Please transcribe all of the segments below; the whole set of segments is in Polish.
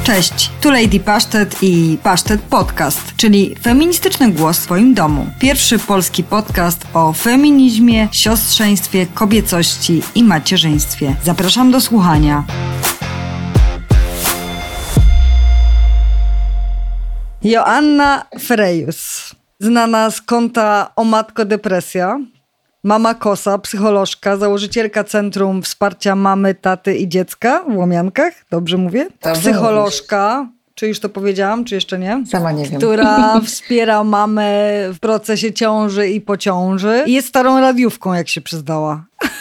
Cześć, tu Lady Pasztet i Pasztet Podcast, czyli feministyczny głos w swoim domu. Pierwszy polski podcast o feminizmie, siostrzeństwie, kobiecości i macierzyństwie. Zapraszam do słuchania. Joanna Frejus, znana z konta O Matko Depresja, mama Kosa, psycholożka, założycielka Centrum Wsparcia Mamy, Taty i Dziecka w Łomiankach, dobrze mówię? Dobrze psycholożka, mówisz. Czy już to powiedziałam, czy jeszcze nie? Sama nie wiem. Która wspiera mamę w procesie ciąży i po ciąży. I jest starą radiówką, jak się przyznała.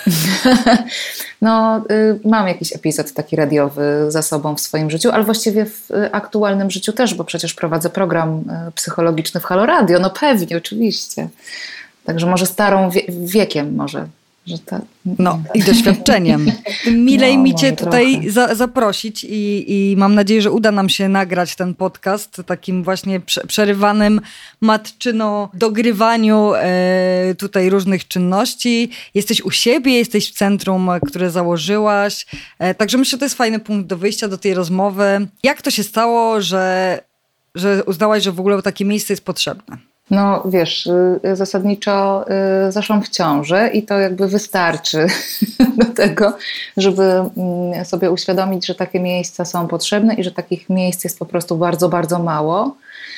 Mam jakiś epizod taki radiowy za sobą w swoim życiu, ale właściwie w aktualnym życiu też, bo przecież prowadzę program psychologiczny w Halo Radio. No pewnie, oczywiście. Także może starą wiekiem może. Że i doświadczeniem. Tym milej mi Cię tutaj zaprosić i mam nadzieję, że uda nam się nagrać ten podcast takim właśnie przerywanym matczyno-dogrywaniu tutaj różnych czynności. Jesteś u siebie, jesteś w centrum, które założyłaś. Także myślę, że to jest fajny punkt do wyjścia do tej rozmowy. Jak to się stało, że uznałaś, że w ogóle takie miejsce jest potrzebne? No wiesz, zasadniczo zaszłam w ciążę i to jakby wystarczy do tego, żeby sobie uświadomić, że takie miejsca są potrzebne i że takich miejsc jest po prostu bardzo, bardzo mało.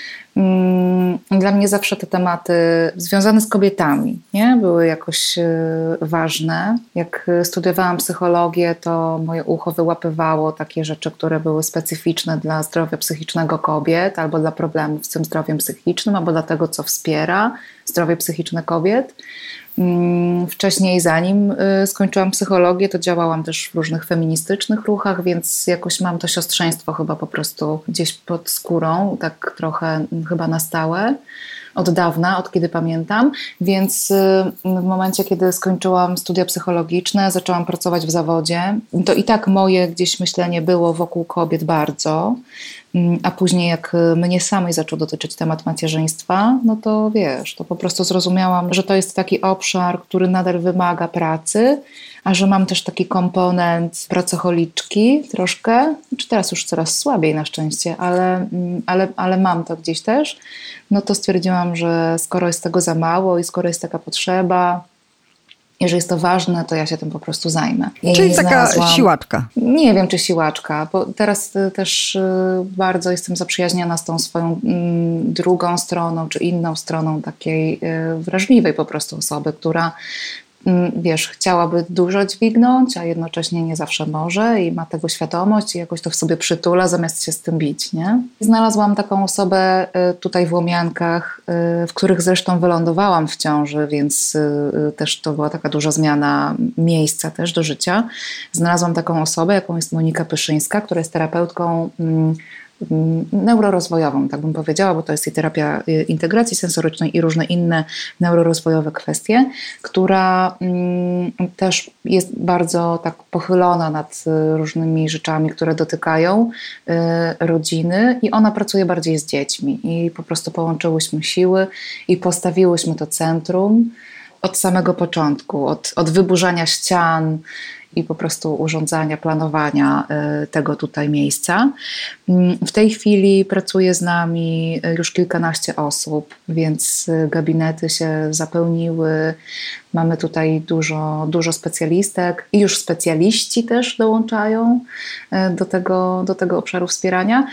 Dla mnie zawsze te tematy związane z kobietami były jakoś ważne. Jak studiowałam psychologię, to moje ucho wyłapywało takie rzeczy, które były specyficzne dla zdrowia psychicznego kobiet, albo dla problemów z tym zdrowiem psychicznym, albo dla tego, co wspiera zdrowie psychiczne kobiet. Wcześniej, zanim skończyłam psychologię, to działałam też w różnych feministycznych ruchach, więc jakoś mam to siostrzeństwo chyba po prostu gdzieś pod skórą, tak trochę chyba na stałe, od dawna, od kiedy pamiętam. Więc w momencie, kiedy skończyłam studia psychologiczne, zaczęłam pracować w zawodzie, to i tak moje gdzieś myślenie było wokół kobiet bardzo, a później jak mnie samej zaczął dotyczyć temat macierzyństwa, no to wiesz, to po prostu zrozumiałam, że to jest taki obszar, który nadal wymaga pracy, a że mam też taki komponent pracocholiczki troszkę, czy teraz już coraz słabiej na szczęście, ale mam to gdzieś też, no to stwierdziłam, że skoro jest tego za mało i skoro jest taka potrzeba, i że jest to ważne, to ja się tym po prostu zajmę. Czyli taka siłaczka. Nie wiem, czy siłaczka, bo teraz też bardzo jestem zaprzyjaźniona z tą swoją drugą stroną, czy inną stroną takiej wrażliwej po prostu osoby, która wiesz, chciałaby dużo dźwignąć, a jednocześnie nie zawsze może i ma tego świadomość i jakoś to w sobie przytula, zamiast się z tym bić, nie? Znalazłam taką osobę tutaj w Łomiankach, w których zresztą wylądowałam w ciąży, więc też to była taka duża zmiana miejsca też do życia. Znalazłam taką osobę, jaką jest Monika Pyszyńska, która jest terapeutką neurorozwojową, tak bym powiedziała, bo to jest i terapia integracji sensorycznej i różne inne neurorozwojowe kwestie, która też jest bardzo tak pochylona nad różnymi rzeczami, które dotykają rodziny i ona pracuje bardziej z dziećmi i po prostu połączyłyśmy siły i postawiłyśmy to centrum od samego początku, od wyburzania ścian i po prostu urządzania, planowania tego tutaj miejsca. W tej chwili pracuje z nami już kilkanaście osób, więc gabinety się zapełniły. Mamy tutaj dużo specjalistek i już specjaliści też dołączają do tego obszaru wspierania.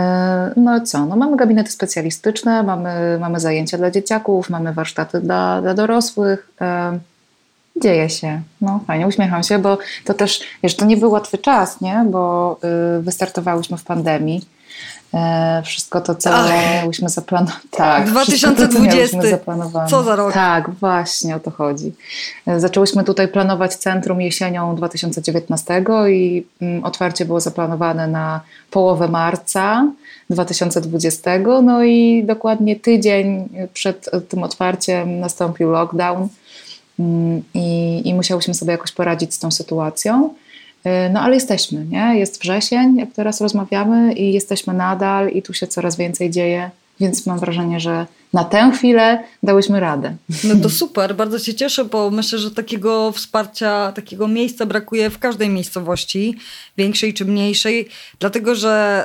Mamy gabinety specjalistyczne, mamy zajęcia dla dzieciaków, mamy warsztaty dla dorosłych. Dzieje się. Fajnie, uśmiecham się, bo to też, wiesz, to nie był łatwy czas, nie? Bo wystartowałyśmy w pandemii. Wszystko to, co miałyśmy zaplanowane. Tak, 2020. Co za rok? Tak, właśnie o to chodzi. Zaczęłyśmy tutaj planować centrum jesienią 2019 i otwarcie było zaplanowane na połowę marca 2020. No i dokładnie tydzień przed tym otwarciem nastąpił lockdown. I musiałyśmy sobie jakoś poradzić z tą sytuacją. Ale jesteśmy, nie? Jest wrzesień, jak teraz rozmawiamy i jesteśmy nadal i tu się coraz więcej dzieje, więc mam wrażenie, że na tę chwilę dałyśmy radę. No to super, bardzo się cieszę, bo myślę, że takiego wsparcia, takiego miejsca brakuje w każdej miejscowości, większej czy mniejszej, dlatego że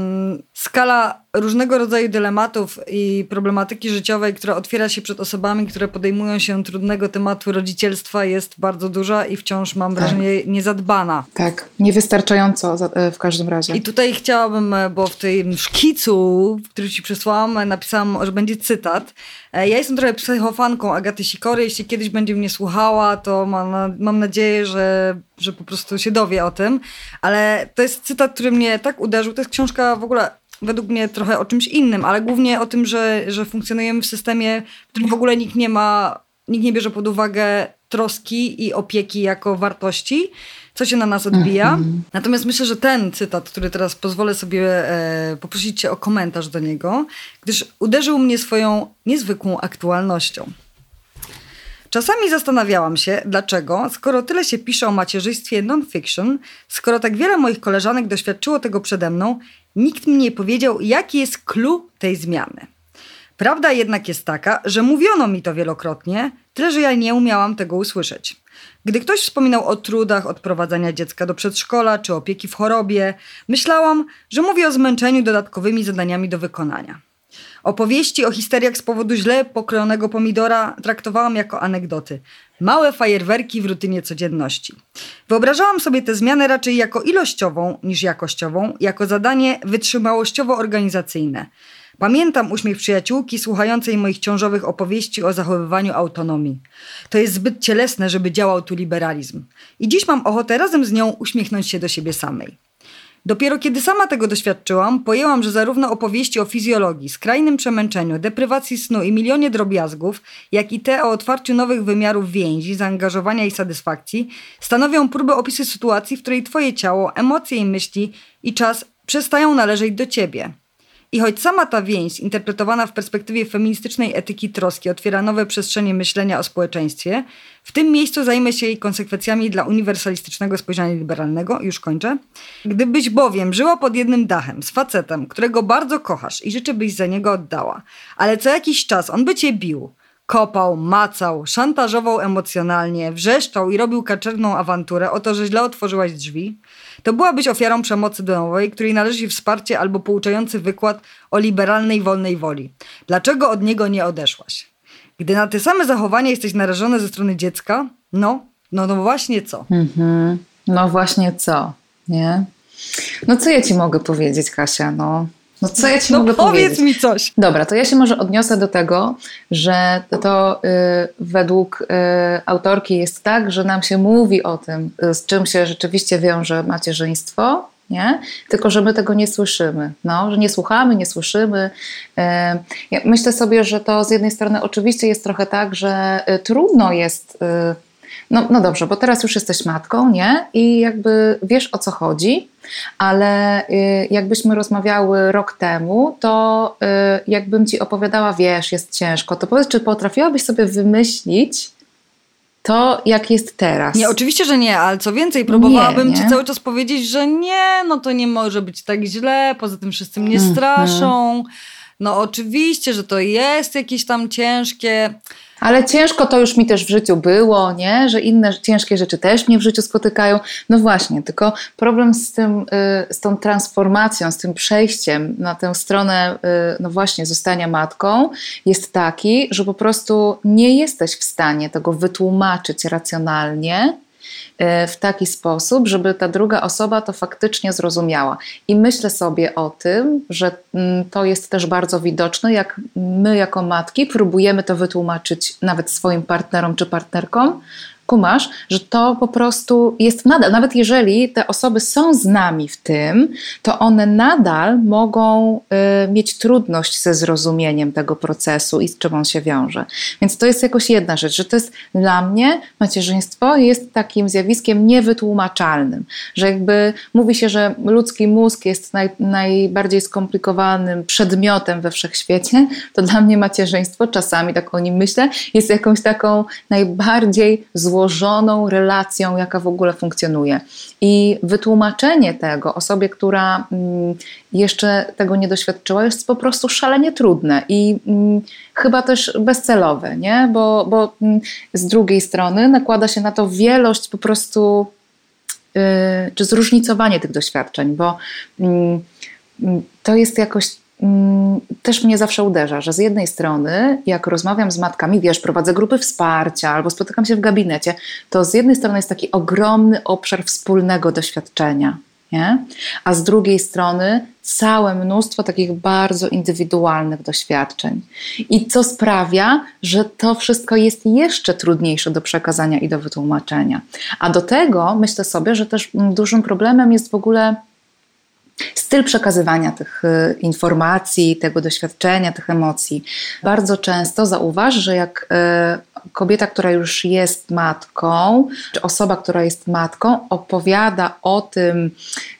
skala różnego rodzaju dylematów i problematyki życiowej, która otwiera się przed osobami, które podejmują się trudnego tematu rodzicielstwa, jest bardzo duża i wciąż mam wrażenie niezadbana. Tak, niewystarczająco w każdym razie. I tutaj chciałabym, bo w tym szkicu, który ci przesłałam, napisałam, że będzie cytat. Ja jestem trochę psychofanką Agaty Sikory. Jeśli kiedyś będzie mnie słuchała, to mam nadzieję, że po prostu się dowie o tym. Ale to jest cytat, który mnie tak uderzył. To jest książka w ogóle według mnie trochę o czymś innym, ale głównie o tym, że funkcjonujemy w systemie, w którym w ogóle nikt nie bierze pod uwagę troski i opieki jako wartości, co się na nas odbija. Natomiast myślę, że ten cytat, który teraz pozwolę sobie poprosić cię o komentarz do niego, gdyż uderzył mnie swoją niezwykłą aktualnością. Czasami zastanawiałam się, dlaczego, skoro tyle się pisze o macierzyństwie non-fiction, skoro tak wiele moich koleżanek doświadczyło tego przede mną, nikt mi nie powiedział, jaki jest clue tej zmiany. Prawda jednak jest taka, że mówiono mi to wielokrotnie, tyle że ja nie umiałam tego usłyszeć. Gdy ktoś wspominał o trudach odprowadzania dziecka do przedszkola czy opieki w chorobie, myślałam, że mówi o zmęczeniu dodatkowymi zadaniami do wykonania. Opowieści o histeriach z powodu źle pokrojonego pomidora traktowałam jako anegdoty. Małe fajerwerki w rutynie codzienności. Wyobrażałam sobie tę zmianę raczej jako ilościową niż jakościową, jako zadanie wytrzymałościowo-organizacyjne. Pamiętam uśmiech przyjaciółki słuchającej moich ciążowych opowieści o zachowywaniu autonomii. To jest zbyt cielesne, żeby działał tu liberalizm. I dziś mam ochotę razem z nią uśmiechnąć się do siebie samej. Dopiero kiedy sama tego doświadczyłam, pojęłam, że zarówno opowieści o fizjologii, skrajnym przemęczeniu, deprywacji snu i milionie drobiazgów, jak i te o otwarciu nowych wymiarów więzi, zaangażowania i satysfakcji, stanowią próbę opisu sytuacji, w której twoje ciało, emocje i myśli i czas przestają należeć do ciebie. I choć sama ta więź, interpretowana w perspektywie feministycznej etyki troski, otwiera nowe przestrzenie myślenia o społeczeństwie, w tym miejscu zajmę się jej konsekwencjami dla uniwersalistycznego spojrzenia liberalnego. Już kończę. Gdybyś bowiem żyła pod jednym dachem z facetem, którego bardzo kochasz i życzę, byś za niego oddała, ale co jakiś czas on by cię bił, kopał, macał, szantażował emocjonalnie, wrzeszczał i robił kaczerną awanturę o to, że źle otworzyłaś drzwi, to byłabyś ofiarą przemocy domowej, której należy wsparcie albo pouczający wykład o liberalnej, wolnej woli. Dlaczego od niego nie odeszłaś? Gdy na te same zachowania jesteś narażony ze strony dziecka, no właśnie co? No właśnie co, nie? No co ja ci mogę powiedzieć, Kasia, no co ja ci mogę powiedzieć? Powiedz mi coś. Dobra, to ja się może odniosę do tego, że to według autorki jest tak, że nam się mówi o tym, z czym się rzeczywiście wiąże macierzyństwo, nie? Tylko że my tego nie słyszymy, że nie słuchamy, nie słyszymy. Ja myślę sobie, że to z jednej strony oczywiście jest trochę tak, że trudno jest... No dobrze, bo teraz już jesteś matką, nie? I jakby wiesz, o co chodzi, ale jakbyśmy rozmawiały rok temu, to jakbym ci opowiadała, wiesz, jest ciężko, to powiedz, czy potrafiłabyś sobie wymyślić to, jak jest teraz? Nie, oczywiście, że nie, ale co więcej, próbowałabym ci cały czas powiedzieć, że nie, to nie może być tak źle, poza tym wszyscy mnie straszą. No oczywiście, że to jest jakieś tam ciężkie... Ale ciężko to już mi też w życiu było, nie? Że inne ciężkie rzeczy też mnie w życiu spotykają. No właśnie, tylko problem z tą transformacją, z tym przejściem na tę stronę, no właśnie, zostania matką jest taki, że po prostu nie jesteś w stanie tego wytłumaczyć racjonalnie w taki sposób, żeby ta druga osoba to faktycznie zrozumiała. I myślę sobie o tym, że to jest też bardzo widoczne, jak my jako matki próbujemy to wytłumaczyć nawet swoim partnerom czy partnerkom, kumasz, że to po prostu jest nadal, nawet jeżeli te osoby są z nami w tym, to one nadal mogą mieć trudność ze zrozumieniem tego procesu i z czym on się wiąże. Więc to jest jakoś jedna rzecz, że to jest dla mnie macierzyństwo jest takim zjawiskiem niewytłumaczalnym, że jakby mówi się, że ludzki mózg jest najbardziej skomplikowanym przedmiotem we wszechświecie, to dla mnie macierzyństwo, czasami tak o nim myślę, jest jakąś taką najbardziej złożoną złożoną relacją, jaka w ogóle funkcjonuje. I wytłumaczenie tego osobie, która jeszcze tego nie doświadczyła, jest po prostu szalenie trudne i chyba też bezcelowe, nie? Bo z drugiej strony nakłada się na to wielość po prostu, czy zróżnicowanie tych doświadczeń, bo to jest jakoś też mnie zawsze uderza, że z jednej strony, jak rozmawiam z matkami, wiesz, prowadzę grupy wsparcia albo spotykam się w gabinecie, to z jednej strony jest taki ogromny obszar wspólnego doświadczenia, nie? A z drugiej strony całe mnóstwo takich bardzo indywidualnych doświadczeń. I co sprawia, że to wszystko jest jeszcze trudniejsze do przekazania i do wytłumaczenia. A do tego myślę sobie, że też dużym problemem jest w ogóle styl przekazywania tych informacji, tego doświadczenia, tych emocji. Bardzo często zauważ, że jak kobieta, która już jest matką, czy osoba, która jest matką, opowiada o tym,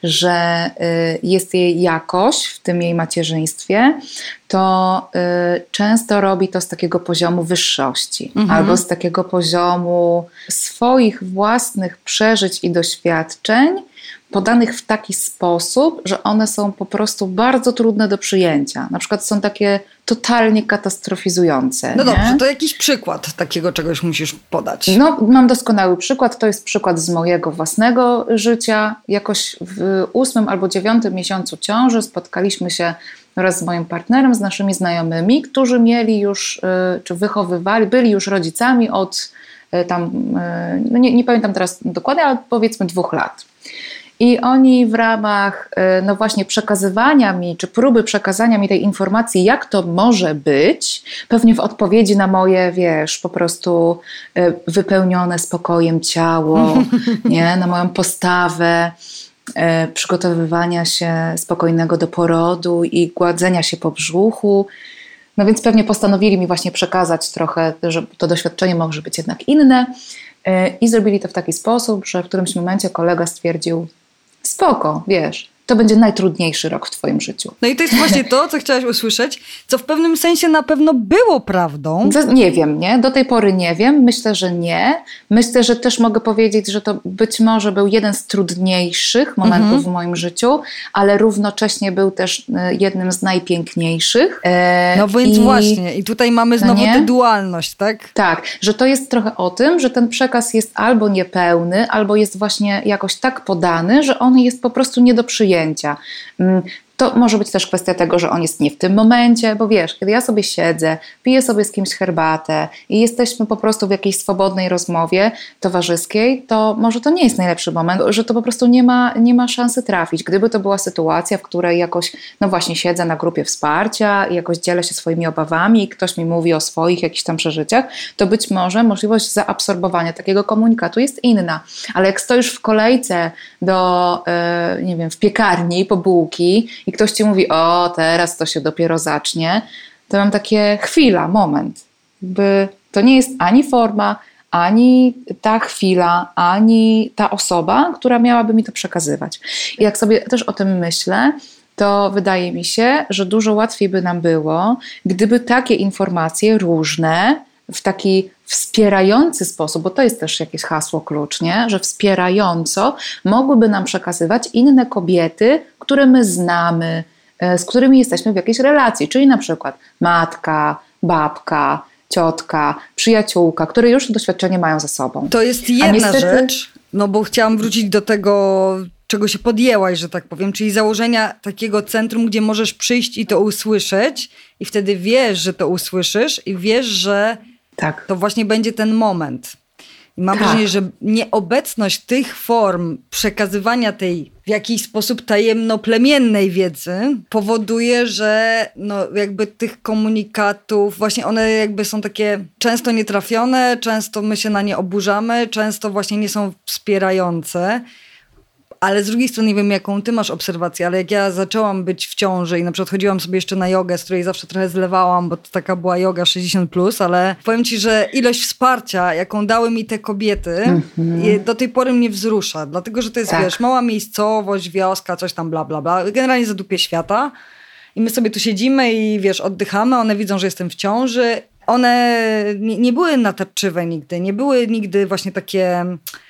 że jest jej jakość w tym jej macierzyństwie, to często robi to z takiego poziomu wyższości, albo z takiego poziomu swoich własnych przeżyć i doświadczeń, podanych w taki sposób, że one są po prostu bardzo trudne do przyjęcia. Na przykład są takie totalnie katastrofizujące. No dobrze, to jakiś przykład takiego czegoś musisz podać. No, mam doskonały przykład. To jest przykład z mojego własnego życia. Jakoś w 8. albo 9. miesiącu ciąży spotkaliśmy się wraz z moim partnerem, z naszymi znajomymi, którzy mieli już, czy wychowywali, byli już rodzicami od tam, no nie pamiętam teraz dokładnie, ale powiedzmy 2 lat. I oni w ramach no właśnie przekazywania mi, czy próby przekazania mi tej informacji, jak to może być, pewnie w odpowiedzi na moje, wiesz, po prostu wypełnione spokojem ciało, nie, na moją postawę, przygotowywania się spokojnego do porodu i gładzenia się po brzuchu. No więc pewnie postanowili mi właśnie przekazać trochę, że to doświadczenie może być jednak inne i zrobili to w taki sposób, że w którymś momencie kolega stwierdził: spoko, wiesz, to będzie najtrudniejszy rok w twoim życiu. No i to jest właśnie to, co chciałaś usłyszeć, co w pewnym sensie na pewno było prawdą. Nie wiem, nie? Do tej pory nie wiem. Myślę, że nie. Myślę, że też mogę powiedzieć, że to być może był jeden z trudniejszych momentów w moim życiu, ale równocześnie był też jednym z najpiękniejszych. No więc właśnie. I tutaj mamy znowu tę dualność, tak? Tak, że to jest trochę o tym, że ten przekaz jest albo niepełny, albo jest właśnie jakoś tak podany, że on jest po prostu nie do przyjęcia. To może być też kwestia tego, że on jest nie w tym momencie, bo wiesz, kiedy ja sobie siedzę, piję sobie z kimś herbatę i jesteśmy po prostu w jakiejś swobodnej rozmowie towarzyskiej, to może to nie jest najlepszy moment, że to po prostu nie ma szansy trafić. Gdyby to była sytuacja, w której jakoś, no właśnie siedzę na grupie wsparcia i jakoś dzielę się swoimi obawami i ktoś mi mówi o swoich jakichś tam przeżyciach, to być może możliwość zaabsorbowania takiego komunikatu jest inna. Ale jak stoisz w kolejce do, nie wiem, w piekarni po bułki i ktoś ci mówi: o, teraz to się dopiero zacznie, to mam takie moment. Jakby to nie jest ani forma, ani ta chwila, ani ta osoba, która miałaby mi to przekazywać. I jak sobie też o tym myślę, to wydaje mi się, że dużo łatwiej by nam było, gdyby takie informacje różne, w taki wspierający sposób, bo to jest też jakieś hasło klucz, nie? Że wspierająco mogłyby nam przekazywać inne kobiety, które my znamy, z którymi jesteśmy w jakiejś relacji, czyli na przykład matka, babka, ciotka, przyjaciółka, które już to doświadczenie mają ze sobą. To jest jedna rzecz, no bo chciałam wrócić do tego, czego się podjęłaś, że tak powiem, czyli założenia takiego centrum, gdzie możesz przyjść i to usłyszeć i wtedy wiesz, że to usłyszysz i wiesz, że tak, to właśnie będzie ten moment. I mam wrażenie, że nieobecność tych form przekazywania tej w jakiś sposób tajemno-plemiennej wiedzy powoduje, że no jakby tych komunikatów, właśnie one jakby są takie często nietrafione, często my się na nie oburzamy, często właśnie nie są wspierające. Ale z drugiej strony nie wiem, jaką ty masz obserwację, ale jak ja zaczęłam być w ciąży i na przykład chodziłam sobie jeszcze na jogę, z której zawsze trochę zlewałam, bo to taka była joga 60+, ale powiem ci, że ilość wsparcia, jaką dały mi te kobiety, do tej pory mnie wzrusza. Dlatego, że to jest, wiesz, mała miejscowość, wioska, coś tam bla, bla, bla. Generalnie za dupie świata. I my sobie tu siedzimy i wiesz, oddychamy, one widzą, że jestem w ciąży. one nie były natarczywe nigdy, nie były nigdy właśnie takie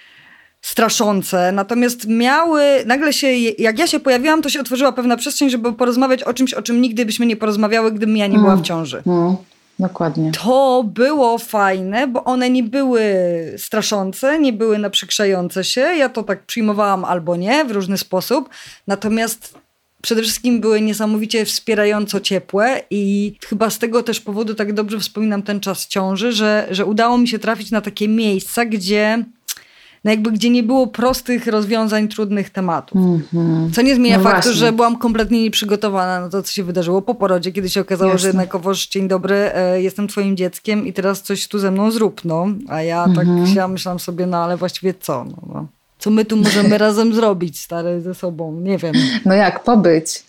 straszące, natomiast nagle jak ja się pojawiłam, to się otworzyła pewna przestrzeń, żeby porozmawiać o czymś, o czym nigdy byśmy nie porozmawiały, gdybym ja nie była w ciąży. Dokładnie. To było fajne, bo one nie były straszące, nie były naprzykrzające się. Ja to tak przyjmowałam albo nie, w różny sposób. Natomiast przede wszystkim były niesamowicie wspierająco ciepłe i chyba z tego też powodu tak dobrze wspominam ten czas ciąży, że udało mi się trafić na takie miejsca, gdzie nie było prostych rozwiązań trudnych tematów. Co nie zmienia faktu, właśnie, że byłam kompletnie nieprzygotowana na to, co się wydarzyło po porodzie, kiedy się okazało, że jednakowoż dzień dobry, jestem twoim dzieckiem i teraz coś tu ze mną zrób, no. A ja tak myślałam sobie, no ale właściwie co? No. Co my tu możemy razem zrobić, stary, ze sobą? Nie wiem. No jak? Pobyć.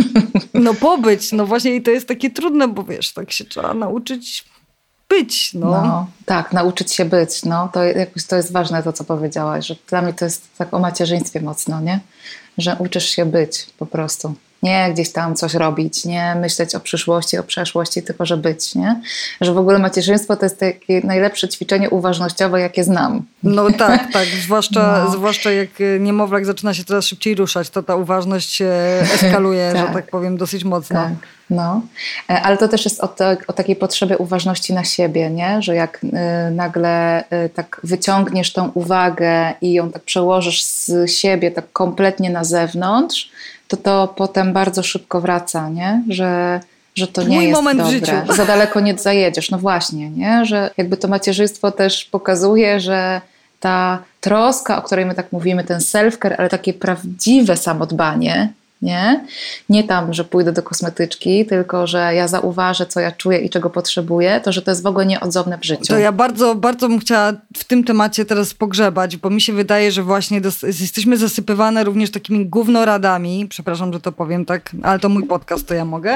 No pobyć. No właśnie i to jest takie trudne, bo wiesz, tak się trzeba nauczyć być, no. Tak, nauczyć się być, no. To jakoś to jest ważne, to co powiedziałaś, że dla mnie to jest tak o macierzyństwie mocno, nie? Że uczysz się być po prostu. Nie gdzieś tam coś robić, nie myśleć o przyszłości, o przeszłości, tylko że być, nie? Że w ogóle macierzyństwo to jest takie najlepsze ćwiczenie uważnościowe, jakie znam. No tak, zwłaszcza jak niemowlak zaczyna się coraz szybciej ruszać, to ta uważność się eskaluje, że tak powiem, dosyć mocno. Tak. No, ale to też jest o takiej potrzebie uważności na siebie, nie? Że jak nagle tak wyciągniesz tą uwagę i ją tak przełożysz z siebie tak kompletnie na zewnątrz, to potem bardzo szybko wraca, nie? Że to nie jest moment dobre, w życiu. że za daleko nie zajedziesz. No właśnie, nie? Że jakby to macierzyństwo też pokazuje, że ta troska, o której my tak mówimy, ten self-care, ale takie prawdziwe samodbanie, nie tam, że pójdę do kosmetyczki, tylko że ja zauważę, co ja czuję i czego potrzebuję, że to jest w ogóle nieodzowne w życiu. To ja bardzo, bardzo bym chciała w tym temacie teraz pogrzebać, bo mi się wydaje, że właśnie jesteśmy zasypywane również takimi gównoradami, przepraszam, że to powiem tak, ale to mój podcast, to ja mogę.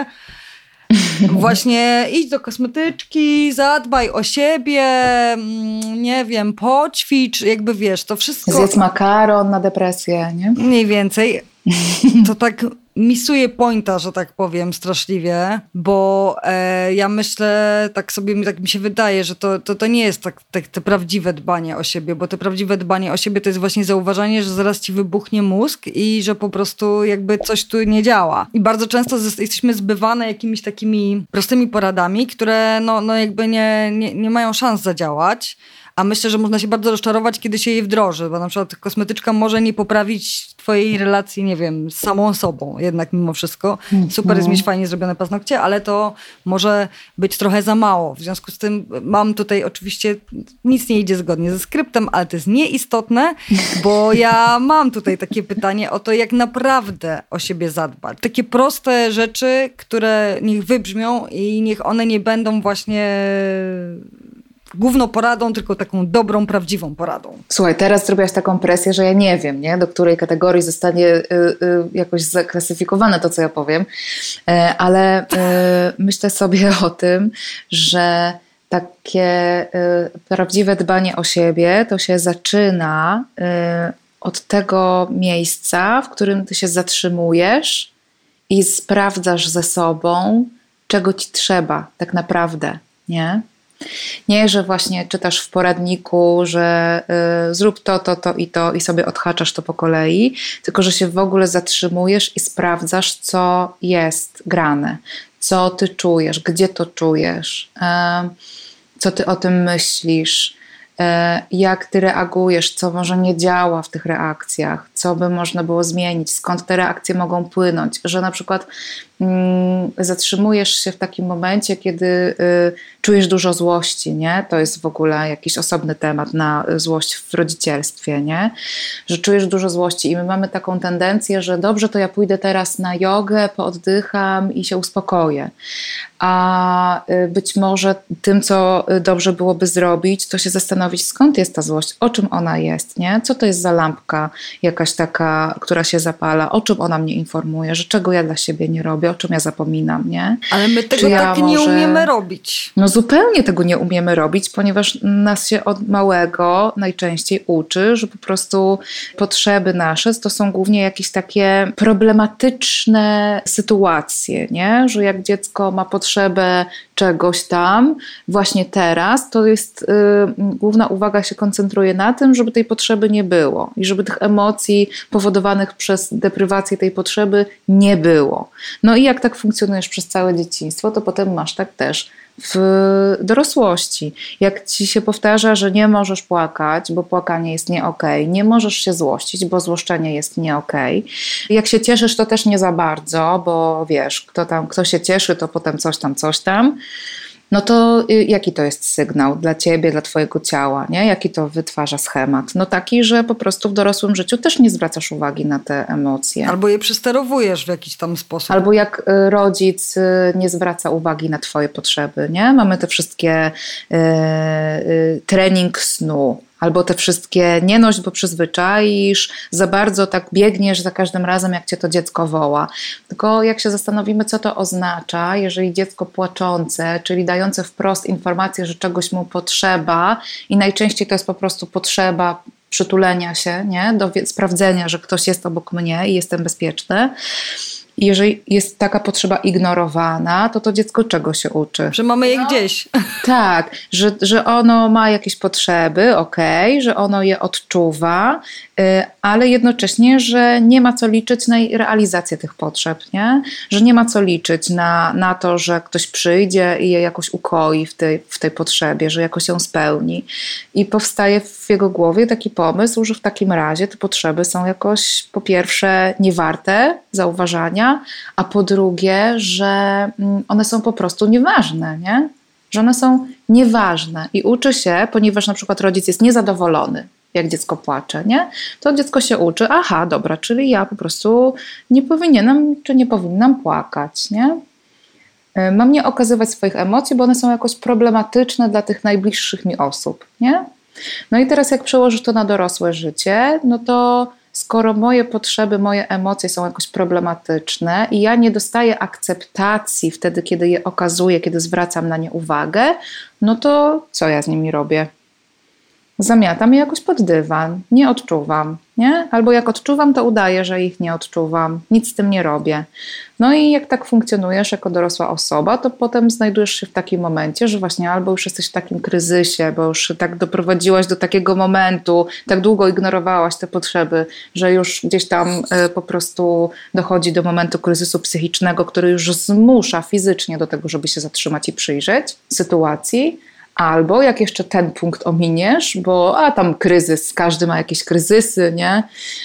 Właśnie idź do kosmetyczki, zadbaj o siebie, nie wiem, poćwicz, jakby wiesz, to wszystko... Zjedz makaron na depresję, nie? Mniej więcej. To tak misuje pointa, że tak powiem, straszliwie, bo ja myślę, tak mi się wydaje, że to nie jest tak te prawdziwe dbanie o siebie, bo te prawdziwe dbanie o siebie to jest właśnie zauważanie, że zaraz ci wybuchnie mózg i że po prostu jakby coś tu nie działa. I bardzo często jesteśmy zbywane jakimiś takimi prostymi poradami, które no jakby nie mają szans zadziałać. A myślę, że można się bardzo rozczarować, kiedy się je wdroży, bo na przykład kosmetyczka może nie poprawić twojej relacji, nie wiem, z samą sobą, jednak mimo wszystko. Super jest mieć fajnie zrobione paznokcie, ale to może być trochę za mało. W związku z tym mam tutaj oczywiście, nic nie idzie zgodnie ze skryptem, ale to jest nieistotne, bo ja mam tutaj takie pytanie o to, jak naprawdę o siebie zadbać. Takie proste rzeczy, które niech wybrzmią i niech one nie będą właśnie... główną poradą, tylko taką dobrą, prawdziwą poradą. Słuchaj, teraz zrobiłaś taką presję, że ja nie wiem, nie? Do której kategorii zostanie jakoś zaklasyfikowane to, co ja powiem, ale myślę sobie o tym, że takie prawdziwe dbanie o siebie to się zaczyna od tego miejsca, w którym ty się zatrzymujesz i sprawdzasz ze sobą, czego ci trzeba tak naprawdę, nie? Nie, że właśnie czytasz w poradniku, że zrób to i sobie odhaczasz to po kolei, tylko że się w ogóle zatrzymujesz i sprawdzasz, co jest grane, co ty czujesz, gdzie to czujesz, co ty o tym myślisz, jak ty reagujesz, co może nie działa w tych reakcjach, co by można było zmienić, skąd te reakcje mogą płynąć, że na przykład zatrzymujesz się w takim momencie, kiedy czujesz dużo złości, nie? To jest w ogóle jakiś osobny temat na złość w rodzicielstwie, nie? Że czujesz dużo złości i my mamy taką tendencję, że dobrze, to ja pójdę teraz na jogę, pooddycham i się uspokoję. A być może tym, co dobrze byłoby zrobić, to się zastanowić, skąd jest ta złość, o czym ona jest, nie? Co to jest za lampka jakaś taka, która się zapala, o czym ona mnie informuje, że czego ja dla siebie nie robię, o czym ja zapominam, nie? Ale my tego tak nie umiemy robić. No zupełnie tego nie umiemy robić, ponieważ nas się od małego najczęściej uczy, że po prostu potrzeby nasze to są głównie jakieś takie problematyczne sytuacje, nie? Że jak dziecko ma potrzebę czegoś tam właśnie teraz, to jest główna uwaga się koncentruje na tym, żeby tej potrzeby nie było i żeby tych emocji powodowanych przez deprywację tej potrzeby nie było. No i jak tak funkcjonujesz przez całe dzieciństwo, to potem masz tak też w dorosłości. Jak ci się powtarza, że nie możesz płakać, bo płakanie jest nie okej, nie możesz się złościć, bo złoszczenie jest nie okej. Jak się cieszysz, to też nie za bardzo, bo wiesz, kto się cieszy, to potem coś tam. No to jaki to jest sygnał dla ciebie, dla twojego ciała, nie? Jaki to wytwarza schemat? No taki, że po prostu w dorosłym życiu też nie zwracasz uwagi na te emocje. Albo je przesterowujesz w jakiś tam sposób. Albo jak rodzic nie zwraca uwagi na twoje potrzeby, nie? Mamy te wszystkie trening snu, albo te wszystkie nie noś, bo przyzwyczaisz, za bardzo tak biegniesz za każdym razem, jak cię to dziecko woła. Tylko jak się zastanowimy, co to oznacza, jeżeli dziecko płaczące, czyli dające wprost informację, że czegoś mu potrzeba i najczęściej to jest po prostu potrzeba przytulenia się, nie? Do sprawdzenia, że ktoś jest obok mnie i jestem bezpieczny. I jeżeli jest taka potrzeba ignorowana, to dziecko czego się uczy? Że mamy je gdzieś. Tak, że ono ma jakieś potrzeby, okej, że ono je odczuwa, ale jednocześnie, że nie ma co liczyć na realizację tych potrzeb, nie? Że nie ma co liczyć na to, że ktoś przyjdzie i je jakoś ukoi w tej potrzebie, że jakoś ją spełni. I powstaje w jego głowie taki pomysł, że w takim razie te potrzeby są jakoś po pierwsze niewarte zauważania, a po drugie, że one są po prostu nieważne, nie? Że one są nieważne i uczy się, ponieważ na przykład rodzic jest niezadowolony, jak dziecko płacze, nie? To dziecko się uczy, aha, dobra, czyli ja po prostu nie powinienem, czy nie powinnam płakać, nie? Mam nie okazywać swoich emocji, bo one są jakoś problematyczne dla tych najbliższych mi osób, nie? No i teraz jak przełożysz to na dorosłe życie, no to skoro moje potrzeby, moje emocje są jakoś problematyczne i ja nie dostaję akceptacji wtedy, kiedy je okazuję, kiedy zwracam na nie uwagę, no to co ja z nimi robię? Zamiatam je jakoś pod dywan, nie odczuwam, nie? Albo jak odczuwam, to udaję, że ich nie odczuwam, nic z tym nie robię. No i jak tak funkcjonujesz jako dorosła osoba, to potem znajdujesz się w takim momencie, że właśnie albo już jesteś w takim kryzysie, bo już tak doprowadziłaś do takiego momentu, tak długo ignorowałaś te potrzeby, że już gdzieś tam po prostu dochodzi do momentu kryzysu psychicznego, który już zmusza fizycznie do tego, żeby się zatrzymać i przyjrzeć sytuacji. Albo jak jeszcze ten punkt ominiesz, bo tam kryzys, każdy ma jakieś kryzysy, nie?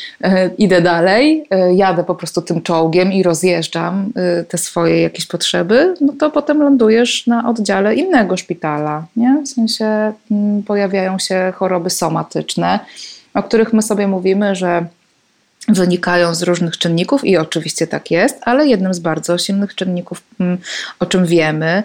Idę dalej, jadę po prostu tym czołgiem i rozjeżdżam te swoje jakieś potrzeby, no to potem lądujesz na oddziale innego szpitala, nie? W sensie pojawiają się choroby somatyczne, o których my sobie mówimy, że wynikają z różnych czynników i oczywiście tak jest, ale jednym z bardzo silnych czynników, o czym wiemy,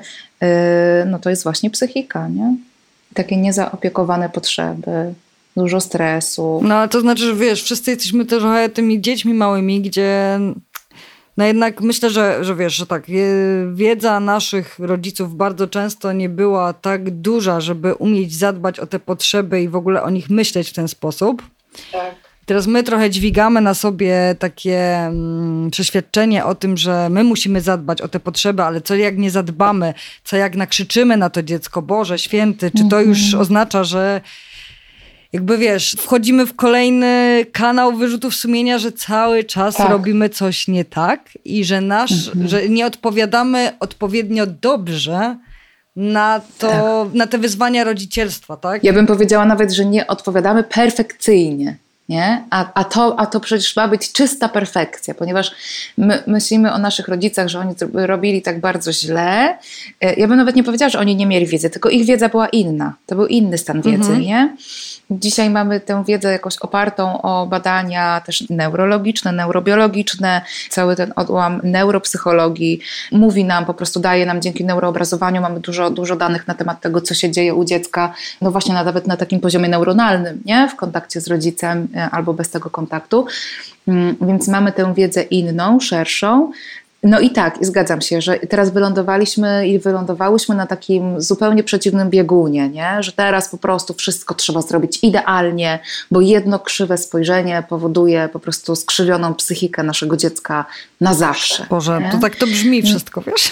no to jest właśnie psychika, nie? Takie niezaopiekowane potrzeby, dużo stresu. No to znaczy, że wiesz, wszyscy jesteśmy trochę tymi dziećmi małymi, gdzie no jednak myślę, że wiesz, że tak, wiedza naszych rodziców bardzo często nie była tak duża, żeby umieć zadbać o te potrzeby i w ogóle o nich myśleć w ten sposób. Tak. Teraz my trochę dźwigamy na sobie takie przeświadczenie o tym, że my musimy zadbać o te potrzeby, ale co jak nie zadbamy, co jak nakrzyczymy na to dziecko, Boże Święty, czy to już oznacza, że jakby wiesz, wchodzimy w kolejny kanał wyrzutów sumienia, że cały czas robimy coś nie tak i że że nie odpowiadamy odpowiednio dobrze na te wyzwania rodzicielstwa, tak? Ja bym powiedziała nawet, że nie odpowiadamy perfekcyjnie. Nie? A to przecież ma być czysta perfekcja, ponieważ my myślimy o naszych rodzicach, że oni robili tak bardzo źle. Ja bym nawet nie powiedziała, że oni nie mieli wiedzy, tylko ich wiedza była inna. To był inny stan wiedzy, nie? Dzisiaj mamy tę wiedzę jakoś opartą o badania też neurologiczne, neurobiologiczne. Cały ten odłam neuropsychologii mówi nam, po prostu daje nam dzięki neuroobrazowaniu, mamy dużo danych na temat tego, co się dzieje u dziecka, no właśnie nawet na takim poziomie neuronalnym, nie? W kontakcie z rodzicem albo bez tego kontaktu. Więc mamy tę wiedzę inną, szerszą. No i tak, i zgadzam się, że teraz wylądowałyśmy na takim zupełnie przeciwnym biegunie, nie? Że teraz po prostu wszystko trzeba zrobić idealnie, bo jedno krzywe spojrzenie powoduje po prostu skrzywioną psychikę naszego dziecka na zawsze. Boże, nie? to tak to brzmi wszystko, wiesz?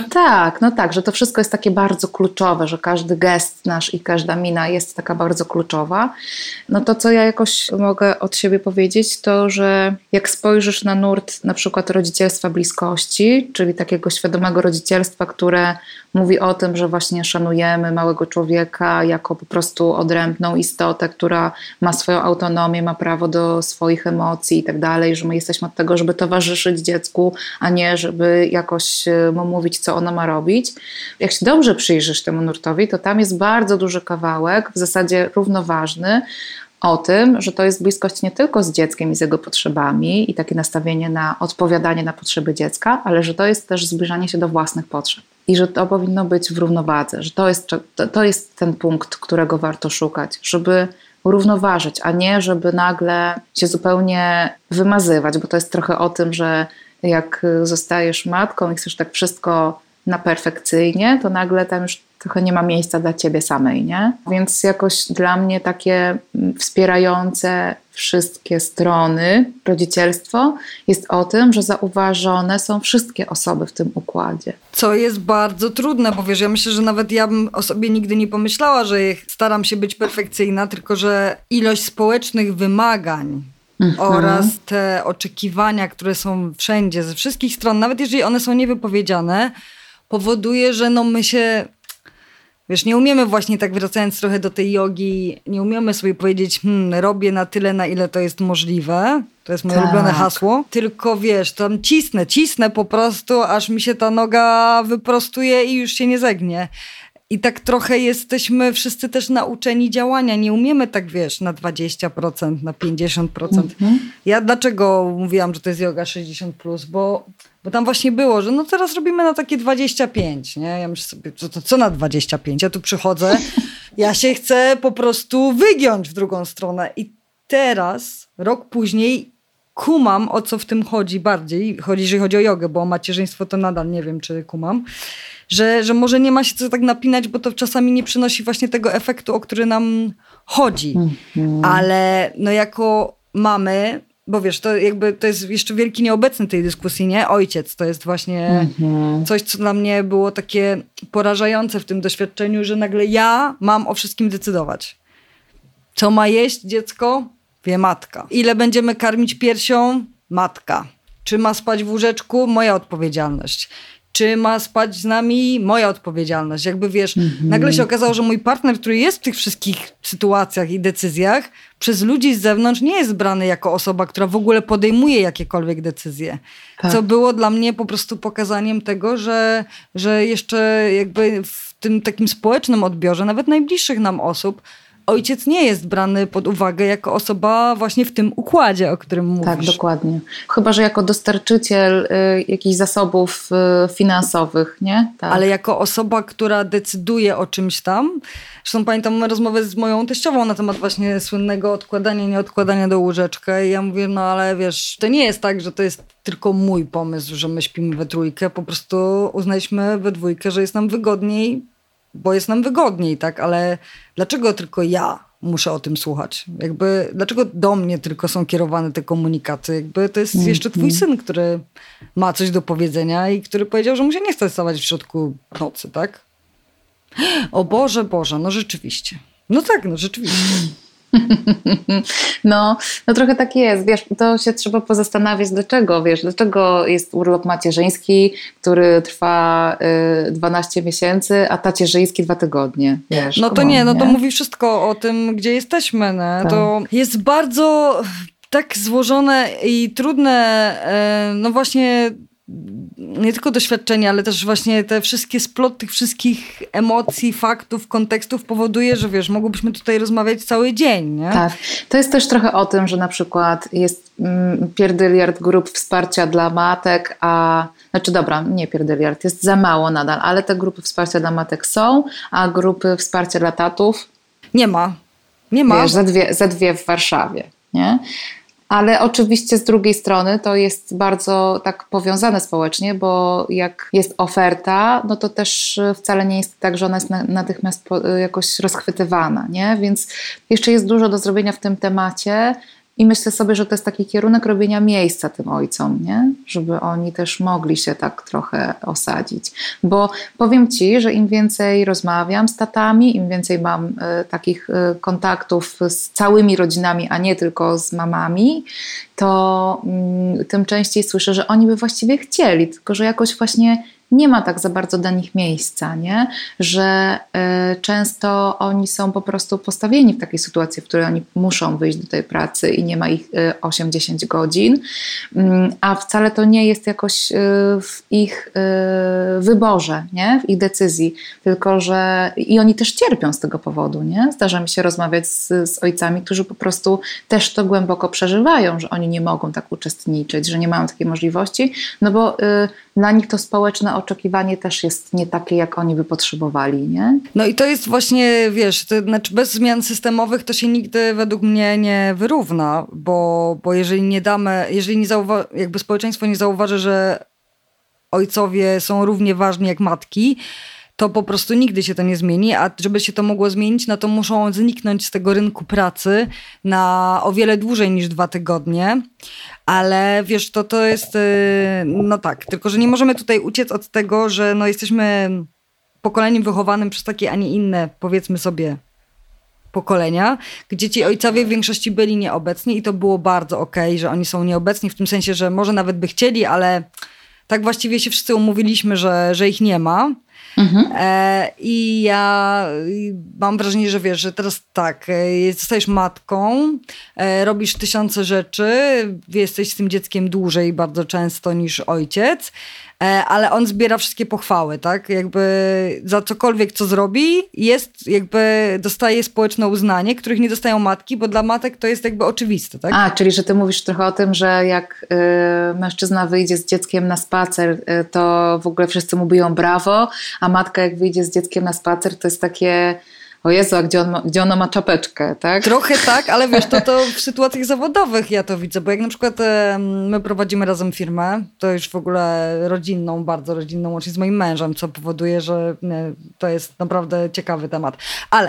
No tak, że to wszystko jest takie bardzo kluczowe, że każdy gest nasz i każda mina jest taka bardzo kluczowa. No to, co ja jakoś mogę od siebie powiedzieć, to, że jak spojrzysz na nurt na przykład rodzicielstwa bliskości, czyli takiego świadomego rodzicielstwa, które mówi o tym, że właśnie szanujemy małego człowieka jako po prostu odrębną istotę, która ma swoją autonomię, ma prawo do swoich emocji i tak dalej, że my jesteśmy od tego, żeby towarzyszyć dziecku, a nie żeby jakoś mu mówić, co ono ma robić. Jak się dobrze przyjrzysz temu nurtowi, to tam jest bardzo duży kawałek, w zasadzie równoważny, o tym, że to jest bliskość nie tylko z dzieckiem i z jego potrzebami i takie nastawienie na odpowiadanie na potrzeby dziecka, ale że to jest też zbliżanie się do własnych potrzeb i że to powinno być w równowadze, że to jest ten punkt, którego warto szukać, żeby równoważyć, a nie żeby nagle się zupełnie wymazywać, bo to jest trochę o tym, że jak zostajesz matką i chcesz tak wszystko na perfekcyjnie, to nagle tam już trochę nie ma miejsca dla ciebie samej, nie? Więc jakoś dla mnie takie wspierające wszystkie strony rodzicielstwo jest o tym, że zauważone są wszystkie osoby w tym układzie. Co jest bardzo trudne, bo wiesz, ja myślę, że nawet ja bym o sobie nigdy nie pomyślała, że staram się być perfekcyjna, tylko że ilość społecznych wymagań oraz te oczekiwania, które są wszędzie, ze wszystkich stron, nawet jeżeli one są niewypowiedziane, powoduje, że no my się, wiesz, nie umiemy właśnie tak, wracając trochę do tej jogi, nie umiemy sobie powiedzieć, robię na tyle, na ile to jest możliwe. To jest moje ulubione hasło. Tylko wiesz, tam cisnę po prostu, aż mi się ta noga wyprostuje i już się nie zegnie. I tak trochę jesteśmy wszyscy też nauczeni działania. Nie umiemy tak, wiesz, na 20%, na 50%. Ja dlaczego mówiłam, że to jest yoga 60+? Bo tam właśnie było, że no teraz robimy na takie 25, nie? Ja myślę sobie, co na 25? Ja tu przychodzę, ja się chcę po prostu wygiąć w drugą stronę. I teraz, rok później, kumam, o co w tym chodzi bardziej. Jeżeli chodzi o jogę, bo o macierzyństwo to nadal nie wiem, czy kumam. Że może nie ma się co tak napinać, bo to czasami nie przynosi właśnie tego efektu, o który nam chodzi. Ale no jako mamy, bo wiesz, to jakby to jest jeszcze wielki nieobecny tej dyskusji, nie? Ojciec to jest właśnie coś, co dla mnie było takie porażające w tym doświadczeniu, że nagle ja mam o wszystkim decydować. Co ma jeść dziecko? Wie matka. Ile będziemy karmić piersią? Matka. Czy ma spać w łóżeczku? Moja odpowiedzialność. Czy ma spać z nami? Moja odpowiedzialność. Jakby wiesz, nagle się okazało, że mój partner, który jest w tych wszystkich sytuacjach i decyzjach, przez ludzi z zewnątrz nie jest brany jako osoba, która w ogóle podejmuje jakiekolwiek decyzje. Tak. Co było dla mnie po prostu pokazaniem tego, że jeszcze jakby w tym takim społecznym odbiorze, nawet najbliższych nam osób, ojciec nie jest brany pod uwagę jako osoba właśnie w tym układzie, o którym mówisz. Tak, dokładnie. Chyba że jako dostarczyciel jakichś zasobów finansowych, nie? Tak. Ale jako osoba, która decyduje o czymś tam. Zresztą pamiętam rozmowę z moją teściową na temat właśnie słynnego odkładania, nieodkładania do łóżeczka. I ja mówię, no ale wiesz, to nie jest tak, że to jest tylko mój pomysł, że my śpimy we trójkę. Po prostu uznaliśmy we dwójkę, że jest nam wygodniej, bo jest nam wygodniej, tak? Ale dlaczego tylko ja muszę o tym słuchać? Jakby, dlaczego do mnie tylko są kierowane te komunikaty? Jakby to jest jeszcze twój syn, który ma coś do powiedzenia i który powiedział, że mu się nie chce wstawać w środku nocy, tak? O Boże, no rzeczywiście. No tak, no rzeczywiście. No trochę tak jest, wiesz, to się trzeba pozastanawiać, dlaczego jest urlop macierzyński, który trwa 12 miesięcy, a tacierzyński 2 tygodnie, wiesz. No to nie, to mówi wszystko o tym, gdzie jesteśmy, nie? Tak. To jest bardzo tak złożone i trudne, no właśnie nie tylko doświadczenie, ale też właśnie te wszystkie splot tych wszystkich emocji, faktów, kontekstów powoduje, że wiesz, mogłybyśmy tutaj rozmawiać cały dzień, nie? Tak. To jest też trochę o tym, że na przykład jest pierdyliard grup wsparcia dla matek, nie pierdyliard, jest za mało nadal, ale te grupy wsparcia dla matek są, a grupy wsparcia dla tatów nie ma. Wiesz, za dwie w Warszawie, nie? Ale oczywiście z drugiej strony to jest bardzo tak powiązane społecznie, bo jak jest oferta, no to też wcale nie jest tak, że ona jest natychmiast jakoś rozchwytywana, nie? Więc jeszcze jest dużo do zrobienia w tym temacie. I myślę sobie, że to jest taki kierunek robienia miejsca tym ojcom, nie? Żeby oni też mogli się tak trochę osadzić. Bo powiem Ci, że im więcej rozmawiam z tatami, im więcej mam takich kontaktów z całymi rodzinami, a nie tylko z mamami, to tym częściej słyszę, że oni by właściwie chcieli, tylko że jakoś właśnie nie ma tak za bardzo dla nich miejsca, nie? Że często oni są po prostu postawieni w takiej sytuacji, w której oni muszą wyjść do tej pracy i nie ma ich 8-10 godzin, a wcale to nie jest jakoś w ich wyborze, nie? W ich decyzji, tylko że i oni też cierpią z tego powodu, nie? Zdarza mi się rozmawiać z ojcami, którzy po prostu też to głęboko przeżywają, że oni nie mogą tak uczestniczyć, że nie mają takiej możliwości, no bo dla nich to społeczne oczekiwanie też jest nie takie, jak oni by potrzebowali, nie? No i to jest właśnie, wiesz, to znaczy bez zmian systemowych to się nigdy według mnie nie wyrówna, bo jeżeli nie damy, jeżeli nie jakby społeczeństwo nie zauważy, że ojcowie są równie ważni jak matki, to po prostu nigdy się to nie zmieni, a żeby się to mogło zmienić, no to muszą zniknąć z tego rynku pracy na o wiele dłużej niż 2 tygodnie. Ale wiesz, to jest, no tak, tylko że nie możemy tutaj uciec od tego, że no jesteśmy pokoleniem wychowanym przez takie, a nie inne, powiedzmy sobie, pokolenia, gdzie ci ojcowie w większości byli nieobecni i to było bardzo okej, że oni są nieobecni, w tym sensie, że może nawet by chcieli, ale tak właściwie się wszyscy umówiliśmy, że ich nie ma. Mhm. I ja mam wrażenie, że wiesz, że teraz tak, zostajesz matką, robisz 1000 rzeczy, jesteś z tym dzieckiem dłużej bardzo często niż ojciec, ale on zbiera wszystkie pochwały, tak? Jakby za cokolwiek, co zrobi, jest jakby dostaje społeczne uznanie, których nie dostają matki, bo dla matek to jest jakby oczywiste, tak? A, czyli że ty mówisz trochę o tym, że jak mężczyzna wyjdzie z dzieckiem na spacer, to w ogóle wszyscy mu biją brawo, a matka jak wyjdzie z dzieckiem na spacer, to jest takie... O Jezu, a gdzie ona ma czapeczkę, tak? Trochę tak, ale wiesz, to w sytuacjach zawodowych ja to widzę, bo jak na przykład my prowadzimy razem firmę, to już w ogóle rodzinną, bardzo rodzinną, łącznie z moim mężem, co powoduje, że to jest naprawdę ciekawy temat. Ale,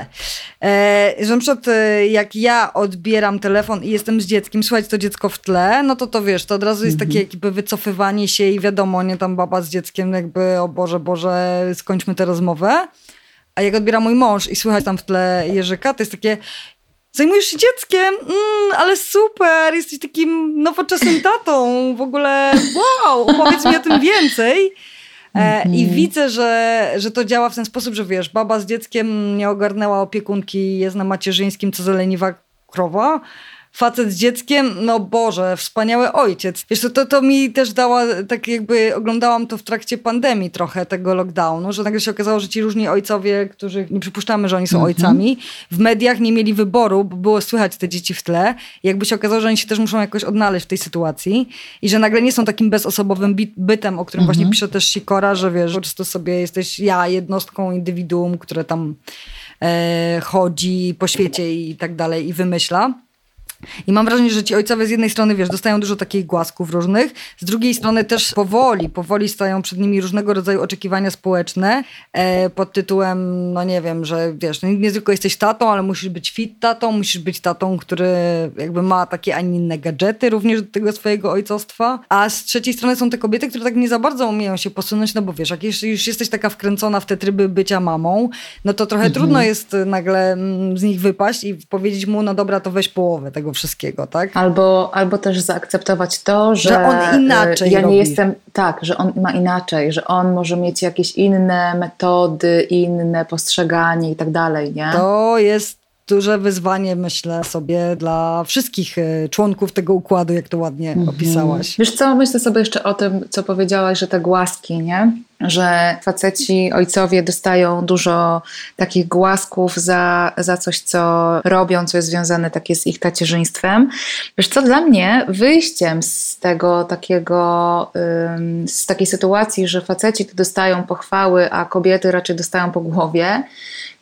że na przykład jak ja odbieram telefon i jestem z dzieckiem, słuchać to dziecko w tle, no to wiesz, to od razu jest takie jakby wycofywanie się i wiadomo, nie tam baba z dzieckiem jakby, o Boże, skończmy tę rozmowę. A jak odbiera mój mąż i słychać tam w tle Jerzyka, to jest takie, zajmujesz się dzieckiem? Ale super, jesteś takim nowoczesnym tatą, w ogóle wow, opowiedz mi o tym więcej. I widzę, że to działa w ten sposób, że wiesz, baba z dzieckiem nie ogarnęła opiekunki, jest na macierzyńskim, co za leniwa krowa. Facet z dzieckiem, no Boże, wspaniały ojciec. Wiesz, to mi też dała, tak jakby oglądałam to w trakcie pandemii trochę, tego lockdownu, że nagle się okazało, że ci różni ojcowie, których nie przypuszczamy, że oni są ojcami, w mediach nie mieli wyboru, bo było słychać te dzieci w tle. I jakby się okazało, że oni się też muszą jakoś odnaleźć w tej sytuacji i że nagle nie są takim bezosobowym bytem, o którym właśnie pisze też Sikora, że wiesz, po prostu sobie jesteś jednostką, indywiduum, które tam chodzi po świecie i tak dalej i wymyśla. I mam wrażenie, że ci ojcowie z jednej strony, wiesz, dostają dużo takich głasków różnych, z drugiej strony też powoli stają przed nimi różnego rodzaju oczekiwania społeczne pod tytułem, no nie wiem, że wiesz, no nie tylko jesteś tatą, ale musisz być fit tatą, musisz być tatą, który jakby ma takie, a nie inne gadżety również do tego swojego ojcostwa. A z trzeciej strony są te kobiety, które tak nie za bardzo umieją się posunąć, no bo wiesz, jak już jesteś taka wkręcona w te tryby bycia mamą, no to trochę trudno jest nagle z nich wypaść i powiedzieć mu, no dobra, to weź połowę tego wszystkiego, tak? Albo też zaakceptować to, że on inaczej ja robi. nie jestem, tak, że on ma inaczej, że on może mieć jakieś inne metody, inne postrzeganie i tak dalej, nie? To jest duże wyzwanie, myślę sobie, dla wszystkich członków tego układu, jak to ładnie opisałaś. Wiesz co, myślę sobie jeszcze o tym, co powiedziałaś, że te głaski, nie? Że faceci, ojcowie dostają dużo takich głasków za coś, co robią, co jest związane takie z ich tacierzyństwem. Wiesz co, dla mnie wyjściem z tego takiego, z takiej sytuacji, że faceci to dostają pochwały, a kobiety raczej dostają po głowie,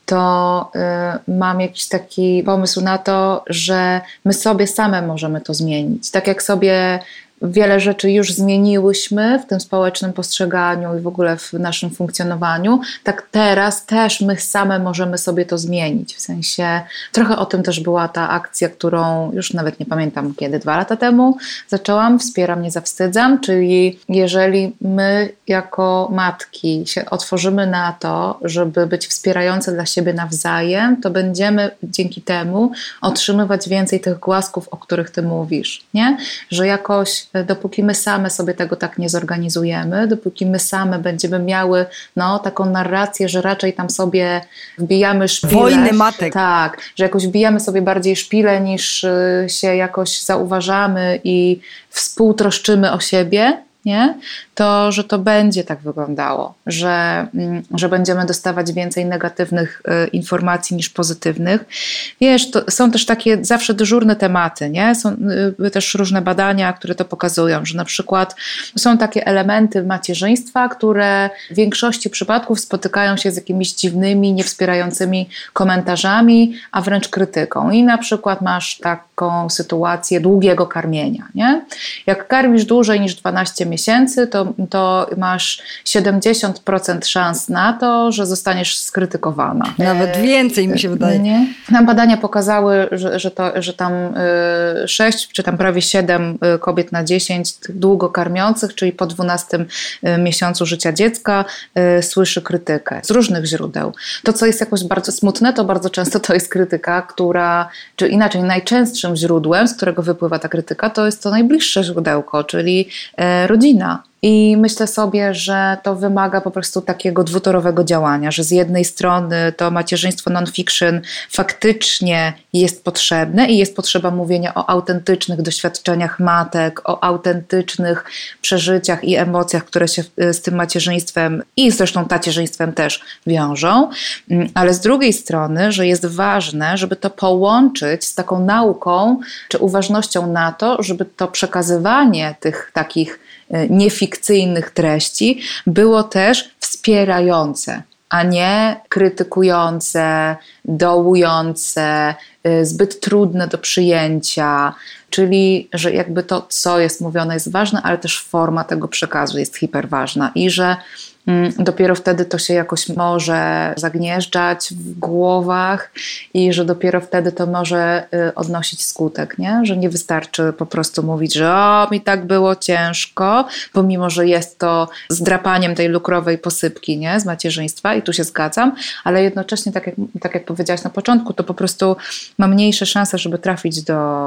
to mam jakiś taki pomysł na to, że my sobie same możemy to zmienić. Tak jak sobie wiele rzeczy już zmieniłyśmy w tym społecznym postrzeganiu i w ogóle w naszym funkcjonowaniu, tak teraz też my same możemy sobie to zmienić. W sensie, trochę o tym też była ta akcja, którą już nawet nie pamiętam kiedy, 2 lata temu zaczęłam, Wspieram, nie zawstydzam, czyli jeżeli my jako matki się otworzymy na to, żeby być wspierające dla siebie nawzajem, to będziemy dzięki temu otrzymywać więcej tych głasków, o których ty mówisz, nie? Że jakoś dopóki my same sobie tego tak nie zorganizujemy, dopóki my same będziemy miały taką narrację, że raczej tam sobie wbijamy szpilę. Wojny matek. Tak, że jakoś wbijamy sobie bardziej szpilę niż się jakoś zauważamy i współtroszczymy o siebie, nie? To, że to będzie tak wyglądało, że będziemy dostawać więcej negatywnych informacji niż pozytywnych. Wiesz, to są też takie zawsze dyżurne tematy, nie? Są też różne badania, które to pokazują, że na przykład są takie elementy macierzyństwa, które w większości przypadków spotykają się z jakimiś dziwnymi, niewspierającymi komentarzami, a wręcz krytyką. I na przykład masz taką sytuację długiego karmienia, nie? Jak karmisz dłużej niż 12 miesięcy, to masz 70% szans na to, że zostaniesz skrytykowana. Nawet więcej mi się wydaje. Nie? Nam badania pokazały, że tam 6 czy tam prawie 7 kobiet na 10 długo karmiących, czyli po 12 miesiącu życia dziecka słyszy krytykę z różnych źródeł. To, co jest jakoś bardzo smutne, to bardzo często to jest krytyka, czy inaczej najczęstszym źródłem, z którego wypływa ta krytyka, to jest to najbliższe źródełko, czyli rodzina. I myślę sobie, że to wymaga po prostu takiego dwutorowego działania, że z jednej strony to macierzyństwo non-fiction faktycznie jest potrzebne i jest potrzeba mówienia o autentycznych doświadczeniach matek, o autentycznych przeżyciach i emocjach, które się z tym macierzyństwem i zresztą tacierzyństwem też wiążą, ale z drugiej strony, że jest ważne, żeby to połączyć z taką nauką czy uważnością na to, żeby to przekazywanie tych takich niefikcyjnych treści było też wspierające, a nie krytykujące, dołujące, zbyt trudne do przyjęcia. Czyli, że jakby to, co jest mówione, jest ważne, ale też forma tego przekazu jest hiperważna i że dopiero wtedy to się jakoś może zagnieżdżać w głowach i że dopiero wtedy to może odnosić skutek, nie? Że nie wystarczy po prostu mówić, że mi tak było ciężko, pomimo, że jest to zdrapaniem tej lukrowej posypki, nie? Z macierzyństwa i tu się zgadzam, ale jednocześnie, tak jak powiedziałaś na początku, to po prostu ma mniejsze szanse, żeby trafić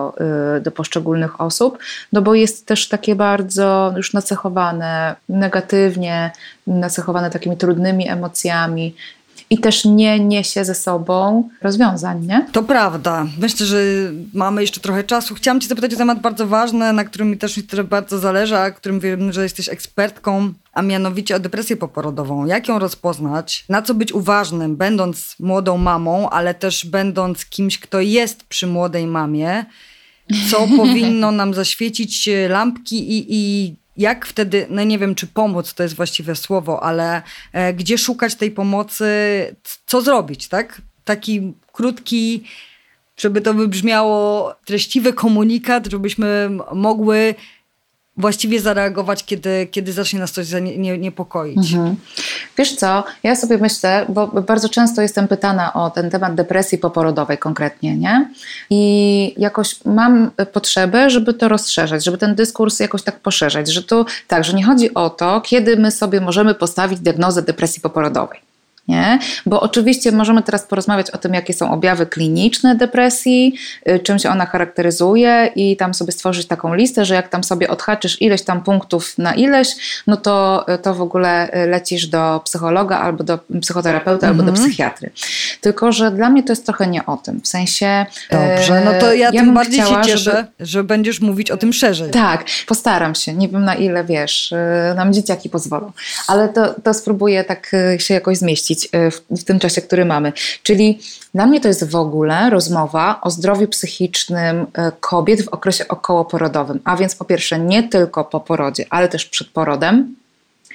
do poszczególnych osób, no bo jest też takie bardzo już nacechowane negatywnie, nacechowane takimi trudnymi emocjami i też nie niesie ze sobą rozwiązań, nie? To prawda. Myślę, że mamy jeszcze trochę czasu. Chciałam cię zapytać o temat bardzo ważny, na którym mi też bardzo zależy, a którym wiem, że jesteś ekspertką, a mianowicie o depresję poporodową. Jak ją rozpoznać? Na co być uważnym, będąc młodą mamą, ale też będąc kimś, kto jest przy młodej mamie? Co powinno nam zaświecić lampki i jak wtedy, no nie wiem, czy pomóc to jest właściwe słowo, ale gdzie szukać tej pomocy, co zrobić, tak? Taki krótki, żeby to wybrzmiało, treściwy komunikat, żebyśmy mogły właściwie zareagować, kiedy zacznie nas coś niepokoić. Mhm. Wiesz co, ja sobie myślę, bo bardzo często jestem pytana o ten temat depresji poporodowej konkretnie, nie? I jakoś mam potrzebę, żeby to rozszerzać, żeby ten dyskurs jakoś tak poszerzać, że tu tak, że nie chodzi o to, kiedy my sobie możemy postawić diagnozę depresji poporodowej. Nie? Bo oczywiście możemy teraz porozmawiać o tym, jakie są objawy kliniczne depresji, czym się ona charakteryzuje i tam sobie stworzyć taką listę, że jak tam sobie odhaczysz ileś tam punktów na ileś, no to w ogóle lecisz do psychologa albo do psychoterapeuty, albo do psychiatry. Tylko, że dla mnie to jest trochę nie o tym. W sensie... Dobrze, no to ja tym bardziej się cieszę, że będziesz mówić o tym szerzej. Tak, postaram się. Nie wiem na ile, wiesz, nam dzieciaki pozwolą. Ale to spróbuję tak się jakoś zmieścić w tym czasie, który mamy. Czyli dla mnie to jest w ogóle rozmowa o zdrowiu psychicznym kobiet w okresie okołoporodowym. A więc po pierwsze nie tylko po porodzie, ale też przed porodem.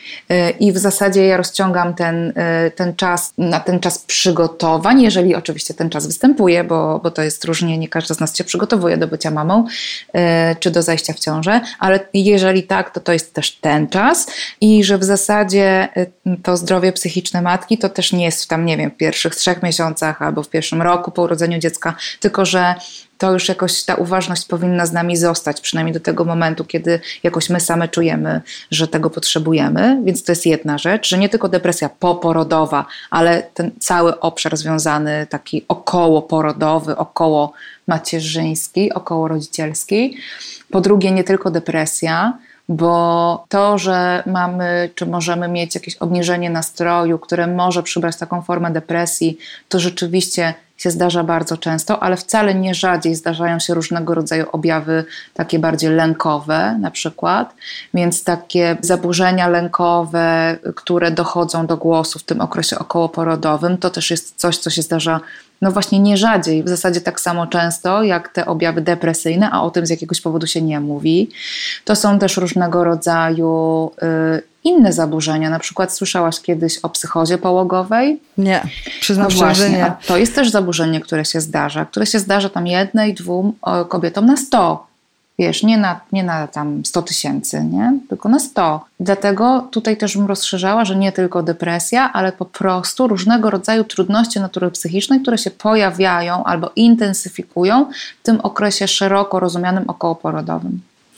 I w zasadzie ja rozciągam ten czas na ten czas przygotowań, jeżeli oczywiście ten czas występuje, bo to jest różnie, nie każdy z nas się przygotowuje do bycia mamą czy do zajścia w ciążę, ale jeżeli tak, to jest też ten czas i że w zasadzie to zdrowie psychiczne matki to też nie jest tam, nie wiem, w pierwszych 3 miesiącach albo w pierwszym roku po urodzeniu dziecka, tylko że to już jakoś ta uważność powinna z nami zostać, przynajmniej do tego momentu, kiedy jakoś my same czujemy, że tego potrzebujemy. Więc to jest jedna rzecz, że nie tylko depresja poporodowa, ale ten cały obszar związany taki okołoporodowy, około macierzyński, około rodzicielski. Po drugie, nie tylko depresja, bo to, że mamy, czy możemy mieć jakieś obniżenie nastroju, które może przybrać taką formę depresji, to rzeczywiście się zdarza bardzo często, ale wcale nie rzadziej zdarzają się różnego rodzaju objawy takie bardziej lękowe na przykład, więc takie zaburzenia lękowe, które dochodzą do głosu w tym okresie okołoporodowym, to też jest coś, co się zdarza no właśnie nie rzadziej, w zasadzie tak samo często jak te objawy depresyjne, a o tym z jakiegoś powodu się nie mówi. To są też różnego rodzaju inne zaburzenia, na przykład słyszałaś kiedyś o psychozie połogowej? Nie, przyznam szczerze, że nie. To jest też zaburzenie, które się zdarza tam 1 2 kobietom na 100. Wiesz, nie na tam 100 000, nie? Tylko na 100. Dlatego tutaj też bym rozszerzała, że nie tylko depresja, ale po prostu różnego rodzaju trudności natury psychicznej, które się pojawiają albo intensyfikują w tym okresie szeroko rozumianym okołoporodowym.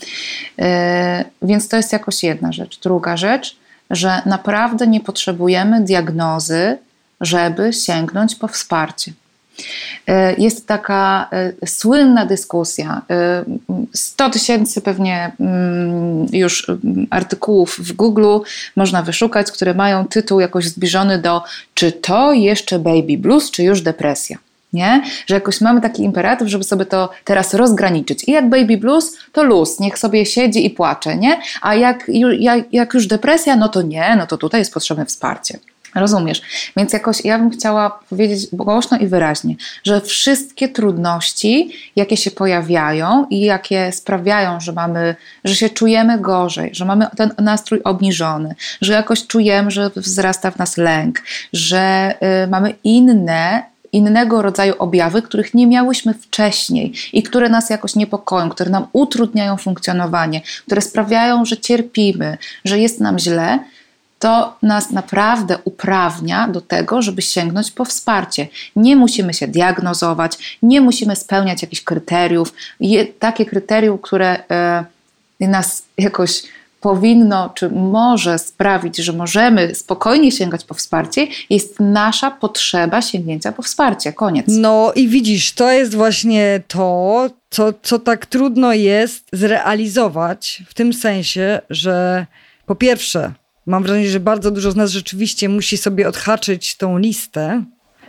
Więc to jest jakoś jedna rzecz. Druga rzecz, że naprawdę nie potrzebujemy diagnozy, żeby sięgnąć po wsparcie. Jest taka słynna dyskusja, 100 000 pewnie już artykułów w Google można wyszukać, które mają tytuł jakoś zbliżony do czy to jeszcze baby blues, czy już depresja. Nie? Że jakoś mamy taki imperatyw, żeby sobie to teraz rozgraniczyć. I jak baby blues, to luz, niech sobie siedzi i płacze, nie? A jak już depresja, no to nie, no to tutaj jest potrzebne wsparcie. Rozumiesz? Więc jakoś ja bym chciała powiedzieć głośno i wyraźnie, że wszystkie trudności, jakie się pojawiają i jakie sprawiają, że się czujemy gorzej, że mamy ten nastrój obniżony, że jakoś czujemy, że wzrasta w nas lęk, że mamy innego rodzaju objawy, których nie miałyśmy wcześniej i które nas jakoś niepokoją, które nam utrudniają funkcjonowanie, które sprawiają, że cierpimy, że jest nam źle, to nas naprawdę uprawnia do tego, żeby sięgnąć po wsparcie. Nie musimy się diagnozować, nie musimy spełniać jakichś kryteriów. Takie kryterium, które nas jakoś powinno, czy może sprawić, że możemy spokojnie sięgać po wsparcie, jest nasza potrzeba sięgnięcia po wsparcie. Koniec. No i widzisz, to jest właśnie to, co tak trudno jest zrealizować w tym sensie, że po pierwsze, mam wrażenie, że bardzo dużo z nas rzeczywiście musi sobie odhaczyć tą listę.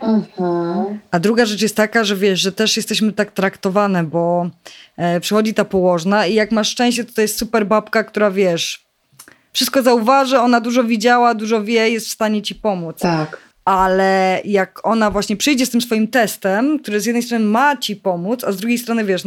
A druga rzecz jest taka, że wiesz, że też jesteśmy tak traktowane, bo przychodzi ta położna i jak masz szczęście, to jest super babka, która wiesz, wszystko zauważy, ona dużo widziała, dużo wie, jest w stanie ci pomóc. Tak. Ale jak ona właśnie przyjdzie z tym swoim testem, który z jednej strony ma ci pomóc, a z drugiej strony wiesz,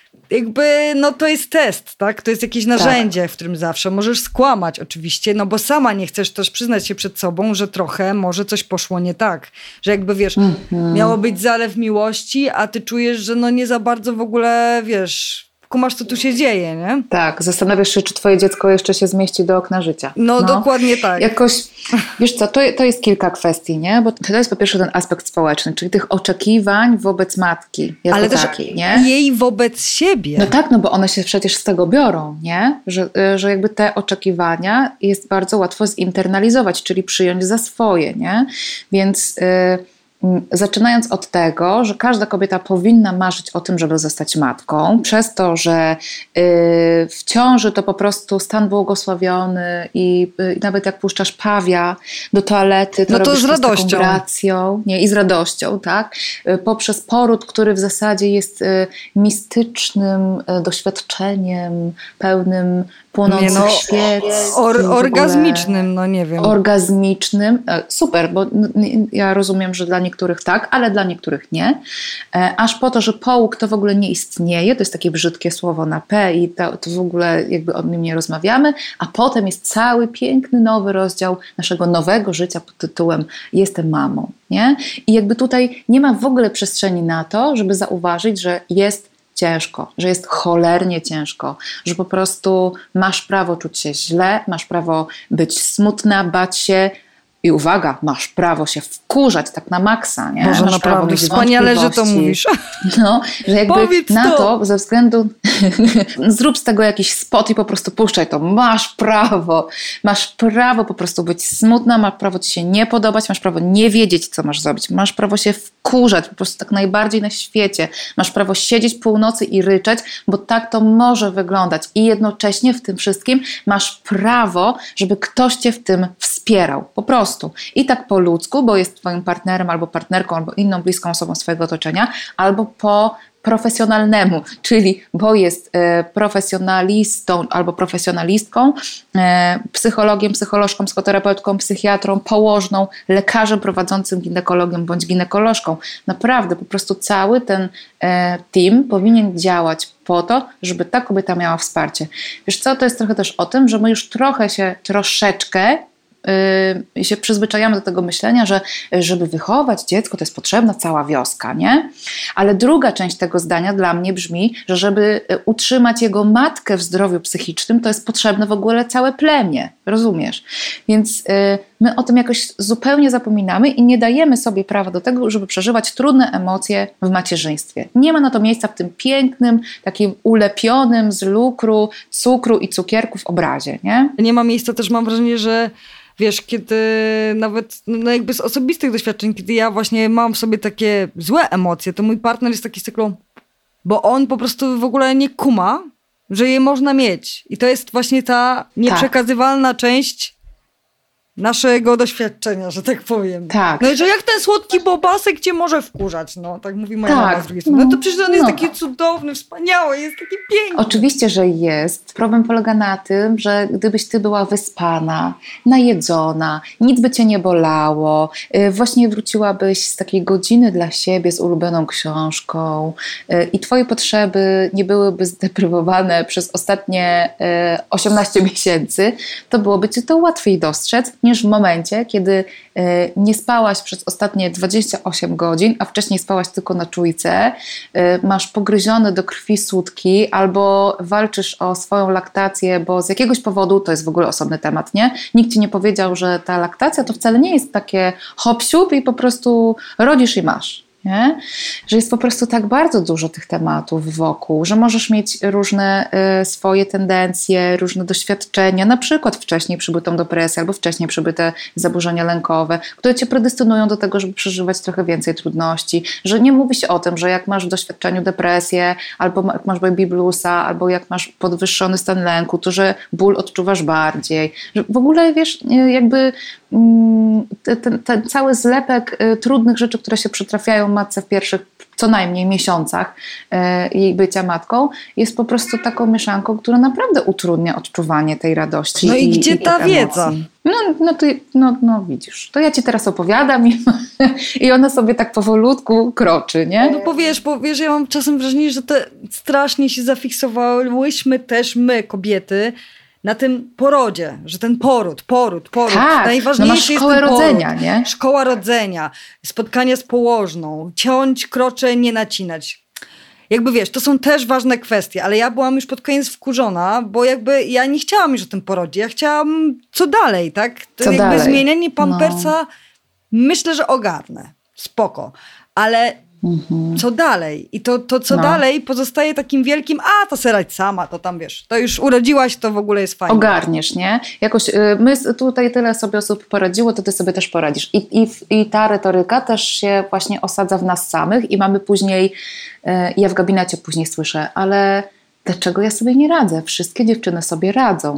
to jest test, tak? To jest jakieś narzędzie, tak, w którym zawsze możesz skłamać oczywiście, no bo sama nie chcesz też przyznać się przed sobą, że trochę może coś poszło nie tak. Że jakby wiesz, miało być zalew miłości, a ty czujesz, że no nie za bardzo w ogóle, wiesz, kumasz, co tu się dzieje, nie? Tak, zastanawiasz się, czy twoje dziecko jeszcze się zmieści do okna życia. No dokładnie tak. Jakoś, wiesz co, to jest kilka kwestii, nie? Bo to jest po pierwsze ten aspekt społeczny, czyli tych oczekiwań wobec matki jako ale takiej, też nie? jej wobec siebie. No tak, no bo one się przecież z tego biorą, nie? Że jakby te oczekiwania jest bardzo łatwo zinternalizować, czyli przyjąć za swoje, nie? Więc zaczynając od tego, że każda kobieta powinna marzyć o tym, żeby zostać matką, przez to, że w ciąży to po prostu stan błogosławiony i nawet jak puszczasz pawia do toalety, to robisz z radością. Z taką gracją, nie? I z radością, tak? Poprzez poród, który w zasadzie jest mistycznym doświadczeniem, pełnym płonących świec. Orgazmicznym, no nie wiem. Orgazmicznym, super, bo ja rozumiem, że dla niektórych tak, ale dla niektórych nie. Aż po to, że połóg to w ogóle nie istnieje, to jest takie brzydkie słowo na P i to w ogóle jakby o nim nie rozmawiamy, a potem jest cały piękny nowy rozdział naszego nowego życia pod tytułem Jestem mamą, nie? I jakby tutaj nie ma w ogóle przestrzeni na to, żeby zauważyć, że jest ciężko, że jest cholernie ciężko, że po prostu masz prawo czuć się źle, masz prawo być smutna, bać się i uwaga, masz prawo się wkurzać tak na maksa, nie? Boże, masz naprawdę, wspaniale, że to mówisz. No, że jakby powiedz na to ze względu zrób z tego jakiś spot i po prostu puszczaj to. Masz prawo po prostu być smutna, masz prawo ci się nie podobać, masz prawo nie wiedzieć, co masz zrobić, masz prawo się wkurzać po prostu tak najbardziej na świecie, masz prawo siedzieć północy i ryczeć, bo tak to może wyglądać i jednocześnie w tym wszystkim masz prawo, żeby ktoś cię w tym wspierał, po prostu. I tak po ludzku, bo jest twoim partnerem albo partnerką, albo inną bliską osobą swojego otoczenia, albo po profesjonalnemu, czyli bo jest profesjonalistą albo profesjonalistką, psychologiem, psycholożką, psychoterapeutką, psychiatrą, położną, lekarzem prowadzącym ginekologią bądź ginekolożką. Naprawdę po prostu cały ten team powinien działać po to, żeby ta kobieta miała wsparcie. Wiesz co, to jest trochę też o tym, że my już troszeczkę się przyzwyczajamy do tego myślenia, że żeby wychować dziecko, to jest potrzebna cała wioska, nie? Ale druga część tego zdania dla mnie brzmi, że żeby utrzymać jego matkę w zdrowiu psychicznym, to jest potrzebne w ogóle całe plemię, rozumiesz? Więc my o tym jakoś zupełnie zapominamy i nie dajemy sobie prawa do tego, żeby przeżywać trudne emocje w macierzyństwie. Nie ma na to miejsca w tym pięknym, takim ulepionym z lukru, cukru i cukierków obrazie, nie? Nie ma miejsca też, mam wrażenie, że wiesz, kiedy nawet no jakby z osobistych doświadczeń, kiedy ja właśnie mam w sobie takie złe emocje, to mój partner jest taki z cyklu, bo on po prostu w ogóle nie kuma, że je można mieć. I to jest właśnie ta nieprzekazywalna część naszego doświadczenia, że tak powiem. Tak. No i że jak ten słodki bobasek cię może wkurzać, no tak mówi moja mama z drugiej strony. No to przecież on jest taki cudowny, wspaniały, jest taki piękny. Oczywiście, że jest. Problem polega na tym, że gdybyś ty była wyspana, najedzona, nic by cię nie bolało, właśnie wróciłabyś z takiej godziny dla siebie z ulubioną książką i twoje potrzeby nie byłyby zdeprywowane przez ostatnie 18 miesięcy, to byłoby ci to łatwiej dostrzec, niż w momencie, kiedy nie spałaś przez ostatnie 28 godzin, a wcześniej spałaś tylko na czujce, masz pogryzione do krwi słutki albo walczysz o swoją laktację, bo z jakiegoś powodu, to jest w ogóle osobny temat, nie? Nikt ci nie powiedział, że ta laktacja to wcale nie jest takie hop-siup i po prostu rodzisz i masz. Nie? Że jest po prostu tak bardzo dużo tych tematów wokół, że możesz mieć różne swoje tendencje, różne doświadczenia, na przykład wcześniej przybytą depresję albo wcześniej przybyte zaburzenia lękowe, które cię predestynują do tego, żeby przeżywać trochę więcej trudności, że nie mówi się o tym, że jak masz w doświadczeniu depresję, albo jak masz baby bluesa, albo jak masz podwyższony stan lęku, to że ból odczuwasz bardziej, że w ogóle wiesz, jakby ten cały zlepek trudnych rzeczy, które się przytrafiają matce w pierwszych co najmniej miesiącach jej bycia matką, jest po prostu taką mieszanką, która naprawdę utrudnia odczuwanie tej radości. No i gdzie ta wiedza? No widzisz, to ja ci teraz opowiadam i ona sobie tak powolutku kroczy, nie? No powiesz, ja mam czasem wrażenie, że strasznie się zafiksowałyśmy też my, kobiety, na tym porodzie, że ten poród. Tak, najważniejszy no masz szkołę jest ten rodzenia, poród, nie? Szkoła rodzenia, spotkania z położną, ciąć krocze, nie nacinać. Jakby wiesz, to są też ważne kwestie, ale ja byłam już pod koniec wkurzona, bo jakby ja nie chciałam już o tym porodzie, ja chciałam co dalej, tak? Co dalej? Zmienianie pampersa myślę, że ogarnę, spoko, ale co dalej? I to co dalej pozostaje takim wielkim, to se radź sama, to tam wiesz, to już urodziłaś, to w ogóle jest fajne. Ogarniesz, nie? Jakoś my tutaj tyle sobie osób poradziło, to ty sobie też poradzisz. I ta retoryka też się właśnie osadza w nas samych i mamy później, ja w gabinecie później słyszę, ale dlaczego ja sobie nie radzę? Wszystkie dziewczyny sobie radzą.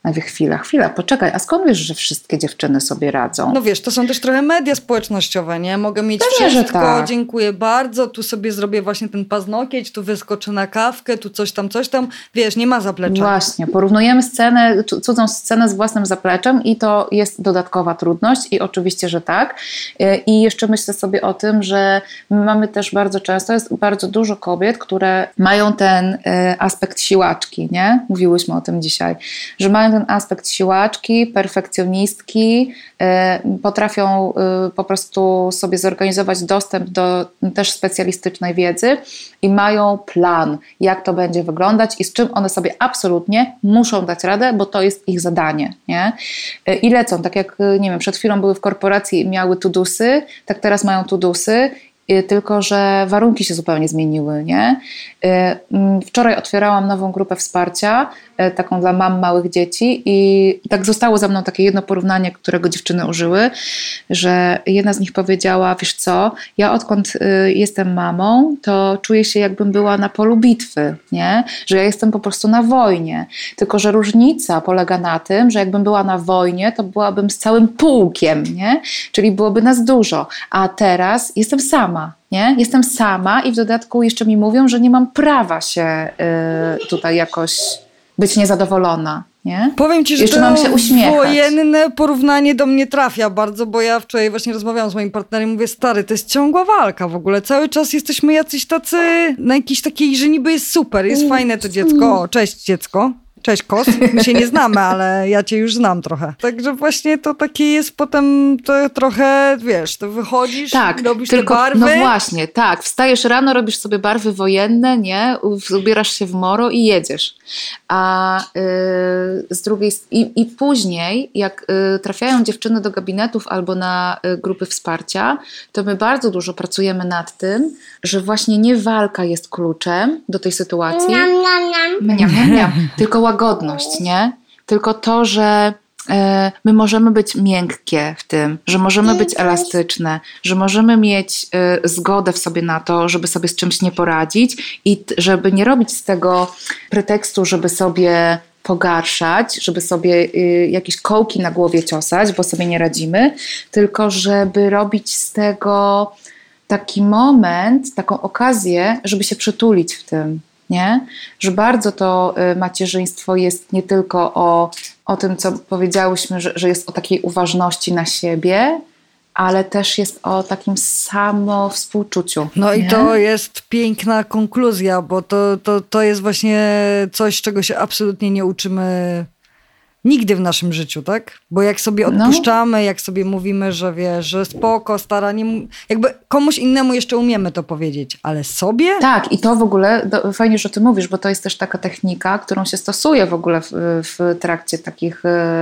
Ja mówię, chwila, poczekaj, a skąd wiesz, że wszystkie dziewczyny sobie radzą? No wiesz, to są też trochę media społecznościowe, nie? Mogę mieć Pewnie, że wszystko, tak. dziękuję bardzo, tu sobie zrobię właśnie ten paznokieć, tu wyskoczę na kawkę, tu coś tam, wiesz, nie ma zaplecza. Właśnie, porównujemy cudzą scenę z własnym zapleczem i to jest dodatkowa trudność i oczywiście, że tak. I jeszcze myślę sobie o tym, że my mamy też bardzo często, jest bardzo dużo kobiet, które mają ten aspekt siłaczki, nie? Mówiłyśmy o tym dzisiaj, że mają ten aspekt siłaczki, perfekcjonistki, potrafią po prostu sobie zorganizować dostęp do też specjalistycznej wiedzy i mają plan, jak to będzie wyglądać i z czym one sobie absolutnie muszą dać radę, bo to jest ich zadanie, nie? I lecą, tak jak, nie wiem, przed chwilą były w korporacji i miały to-dosy, tak teraz mają to-dosy, tylko że warunki się zupełnie zmieniły, nie? Wczoraj otwierałam nową grupę wsparcia, taką dla mam małych dzieci i tak zostało za mną takie jedno porównanie, którego dziewczyny użyły, że jedna z nich powiedziała, wiesz co, ja odkąd jestem mamą, to czuję się jakbym była na polu bitwy, nie? Że ja jestem po prostu na wojnie, tylko że różnica polega na tym, że jakbym była na wojnie, to byłabym z całym pułkiem, nie? Czyli byłoby nas dużo, a teraz jestem sama. Nie? Jestem sama i w dodatku jeszcze mi mówią, że nie mam prawa się tutaj jakoś być niezadowolona. Nie? Powiem ci, że jeszcze to mam się uśmiechać. Wojenne porównanie do mnie trafia bardzo, bo ja wczoraj właśnie rozmawiałam z moim partnerem i mówię, stary, to jest ciągła walka w ogóle. Cały czas jesteśmy jacyś tacy na jakiejś takiej, że niby jest super, jest fajne to dziecko. O, cześć dziecko. Cześć Kos, my się nie znamy, ale ja cię już znam trochę. Także właśnie to takie jest potem to trochę, wiesz, to wychodzisz, tak, robisz tylko, te barwy. No właśnie, tak, wstajesz rano, robisz sobie barwy wojenne, nie? Ubierasz się w moro i jedziesz. A z drugiej i później, jak trafiają dziewczyny do gabinetów albo na grupy wsparcia, to my bardzo dużo pracujemy nad tym, że właśnie nie walka jest kluczem do tej sytuacji, tylko łagodność, nie? Tylko to, że my możemy być miękkie w tym, że możemy być elastyczne, że możemy mieć zgodę w sobie na to, żeby sobie z czymś nie poradzić i żeby nie robić z tego pretekstu, żeby sobie pogarszać, żeby sobie jakieś kołki na głowie ciosać, bo sobie nie radzimy, tylko żeby robić z tego taki moment, taką okazję, żeby się przytulić w tym. Nie? Że bardzo to macierzyństwo jest nie tylko o tym, co powiedziałyśmy, że jest o takiej uważności na siebie, ale też jest o takim samowspółczuciu. No nie? I to jest piękna konkluzja, bo to jest właśnie coś, czego się absolutnie nie uczymy nigdy w naszym życiu, tak? Bo jak sobie odpuszczamy, jak sobie mówimy, że wiesz, że spoko, stara, nie, jakby komuś innemu jeszcze umiemy to powiedzieć, ale sobie? Tak, i to w ogóle, fajnie, że ty mówisz, bo to jest też taka technika, którą się stosuje w ogóle w trakcie takich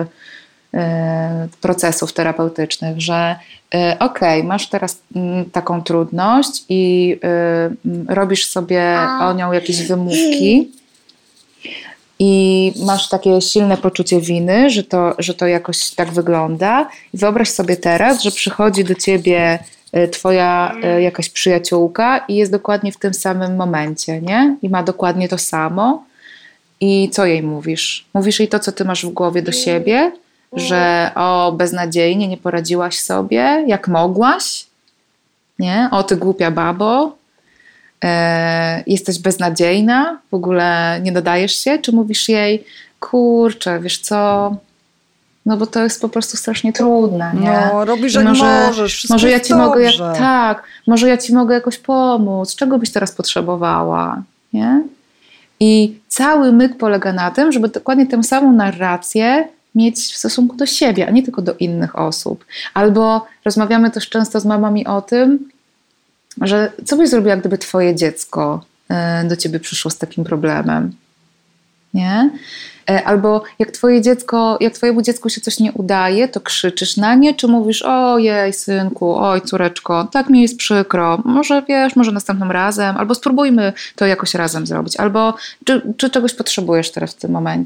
procesów terapeutycznych, że okej, masz teraz taką trudność i robisz sobie o nią jakieś wymówki, i masz takie silne poczucie winy, że to jakoś tak wygląda. I wyobraź sobie teraz, że przychodzi do ciebie twoja jakaś przyjaciółka i jest dokładnie w tym samym momencie, nie? I ma dokładnie to samo. I co jej mówisz? Mówisz jej to, co ty masz w głowie do siebie, że beznadziejnie, nie poradziłaś sobie, jak mogłaś, nie? O, ty głupia babo. Jesteś beznadziejna, w ogóle nie dodajesz się, czy mówisz jej, kurczę, wiesz co, no bo to jest po prostu strasznie trudne, nie? No, robisz jak możesz, wszystko może ja jest ci mogę, może ja ci mogę jakoś pomóc, czego byś teraz potrzebowała, nie? I cały myk polega na tym, żeby dokładnie tę samą narrację mieć w stosunku do siebie, a nie tylko do innych osób. Albo rozmawiamy też często z mamami o tym, że co byś zrobiła, gdyby twoje dziecko do ciebie przyszło z takim problemem, nie? Albo jak twojemu dziecku się coś nie udaje, to krzyczysz na nie, czy mówisz, ojej synku, oj córeczko, tak mi jest przykro, może wiesz, może następnym razem, albo spróbujmy to jakoś razem zrobić, albo czy czegoś potrzebujesz teraz w tym momencie,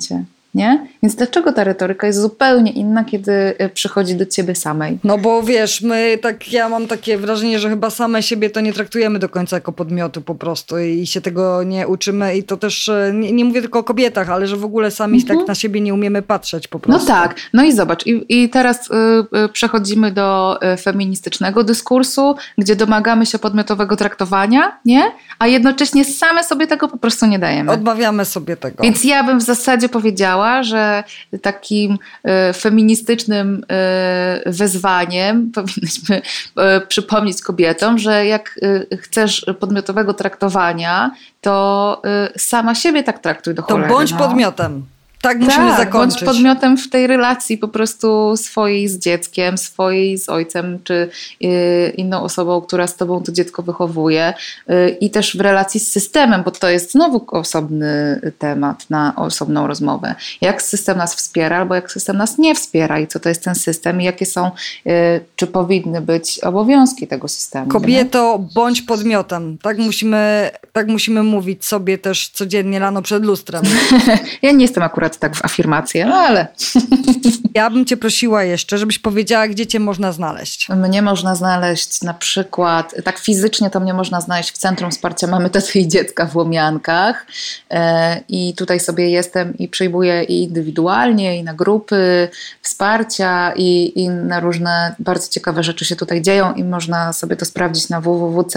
Nie? Więc dlaczego ta retoryka jest zupełnie inna, kiedy przychodzi do ciebie samej? No bo wiesz, ja mam takie wrażenie, że chyba same siebie to nie traktujemy do końca jako podmiotu po prostu i się tego nie uczymy i to też, nie mówię tylko o kobietach, ale że w ogóle sami tak na siebie nie umiemy patrzeć po prostu. No tak, no i zobacz, i teraz przechodzimy do feministycznego dyskursu, gdzie domagamy się podmiotowego traktowania, nie? A jednocześnie same sobie tego po prostu nie dajemy. Odmawiamy sobie tego. Więc ja bym w zasadzie powiedziała, że takim feministycznym wezwaniem powinniśmy przypomnieć kobietom, że jak chcesz podmiotowego traktowania, to sama siebie tak traktuj do cholery. To bądź podmiotem. Tak musimy zakończyć. Bądź podmiotem w tej relacji po prostu swojej z dzieckiem, swojej z ojcem, czy inną osobą, która z tobą to dziecko wychowuje i też w relacji z systemem, bo to jest znowu osobny temat na osobną rozmowę. Jak system nas wspiera, albo jak system nas nie wspiera i co to jest ten system i jakie są, czy powinny być obowiązki tego systemu. Kobieto, bądź podmiotem. Tak musimy mówić sobie też codziennie rano przed lustrem. Ja nie jestem akurat tak w afirmację, no ale... Ja bym cię prosiła jeszcze, żebyś powiedziała, gdzie cię można znaleźć. Mnie można znaleźć na przykład, tak fizycznie to mnie można znaleźć w Centrum Wsparcia Mamy, Taty i Dziecka w Łomiankach i tutaj sobie jestem i przyjmuję i indywidualnie, i na grupy wsparcia i na różne bardzo ciekawe rzeczy się tutaj dzieją i można sobie to sprawdzić na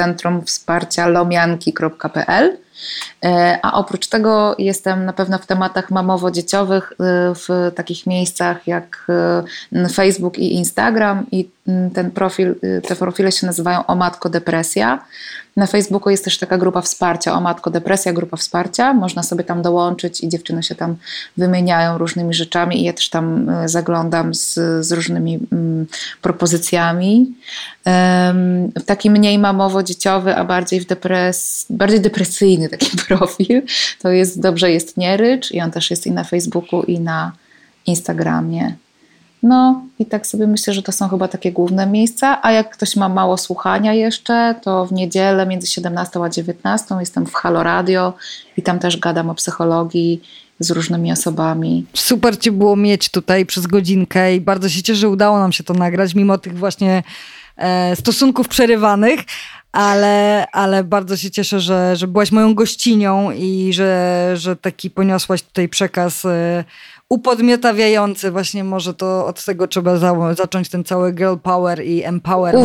www.centrumwsparcialomianki.pl. A oprócz tego jestem na pewno w tematach mamowo-dzieciowych w takich miejscach jak Facebook i Instagram i te profile się nazywają O Matko Depresja. Na Facebooku jest też taka grupa wsparcia O Matko Depresja, grupa wsparcia. Można sobie tam dołączyć i dziewczyny się tam wymieniają różnymi rzeczami i ja też tam zaglądam z różnymi propozycjami. Taki mniej mamowo-dzieciowy, a bardziej depresyjny taki profil. To jest Dobrze jest nie rycz i on też jest i na Facebooku i na Instagramie. No i tak sobie myślę, że to są chyba takie główne miejsca, a jak ktoś ma mało słuchania jeszcze, to w niedzielę między 17 a 19 jestem w Halo Radio i tam też gadam o psychologii z różnymi osobami. Super cię było mieć tutaj przez godzinkę i bardzo się cieszę, że udało nam się to nagrać, mimo tych właśnie stosunków przerywanych. Ale bardzo się cieszę, że byłaś moją gościnią i że taki poniosłaś tutaj przekaz upodmiotawiający. Właśnie może to od tego trzeba zacząć ten cały girl power i empowerment.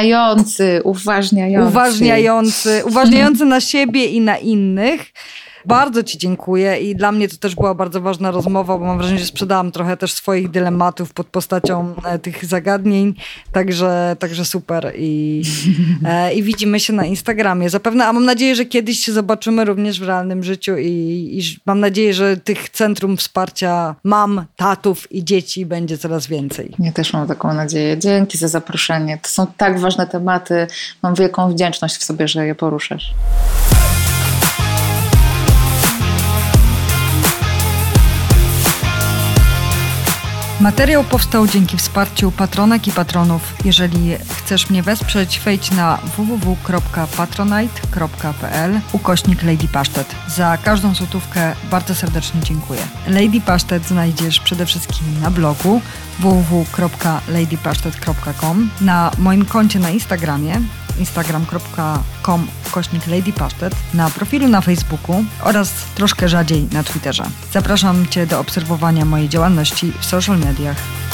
Uważniający na siebie i na innych. Bardzo ci dziękuję i dla mnie to też była bardzo ważna rozmowa, bo mam wrażenie, że sprzedałam trochę też swoich dylematów pod postacią tych zagadnień, także super i widzimy się na Instagramie zapewne, a mam nadzieję, że kiedyś się zobaczymy również w realnym życiu i mam nadzieję, że tych centrum wsparcia mam, tatów i dzieci będzie coraz więcej. Ja też mam taką nadzieję. Dzięki za zaproszenie. To są tak ważne tematy. Mam wielką wdzięczność w sobie, że je poruszasz. Materiał powstał dzięki wsparciu patronek i patronów. Jeżeli chcesz mnie wesprzeć, wejdź na www.patronite.pl/Lady Pasztet. Za każdą złotówkę bardzo serdecznie dziękuję. Lady Pasztet znajdziesz przede wszystkim na blogu www.ladypasztet.com, na moim koncie na Instagramie instagram.com/ladypasztet, na profilu na Facebooku oraz troszkę rzadziej na Twitterze. Zapraszam cię do obserwowania mojej działalności w social mediach.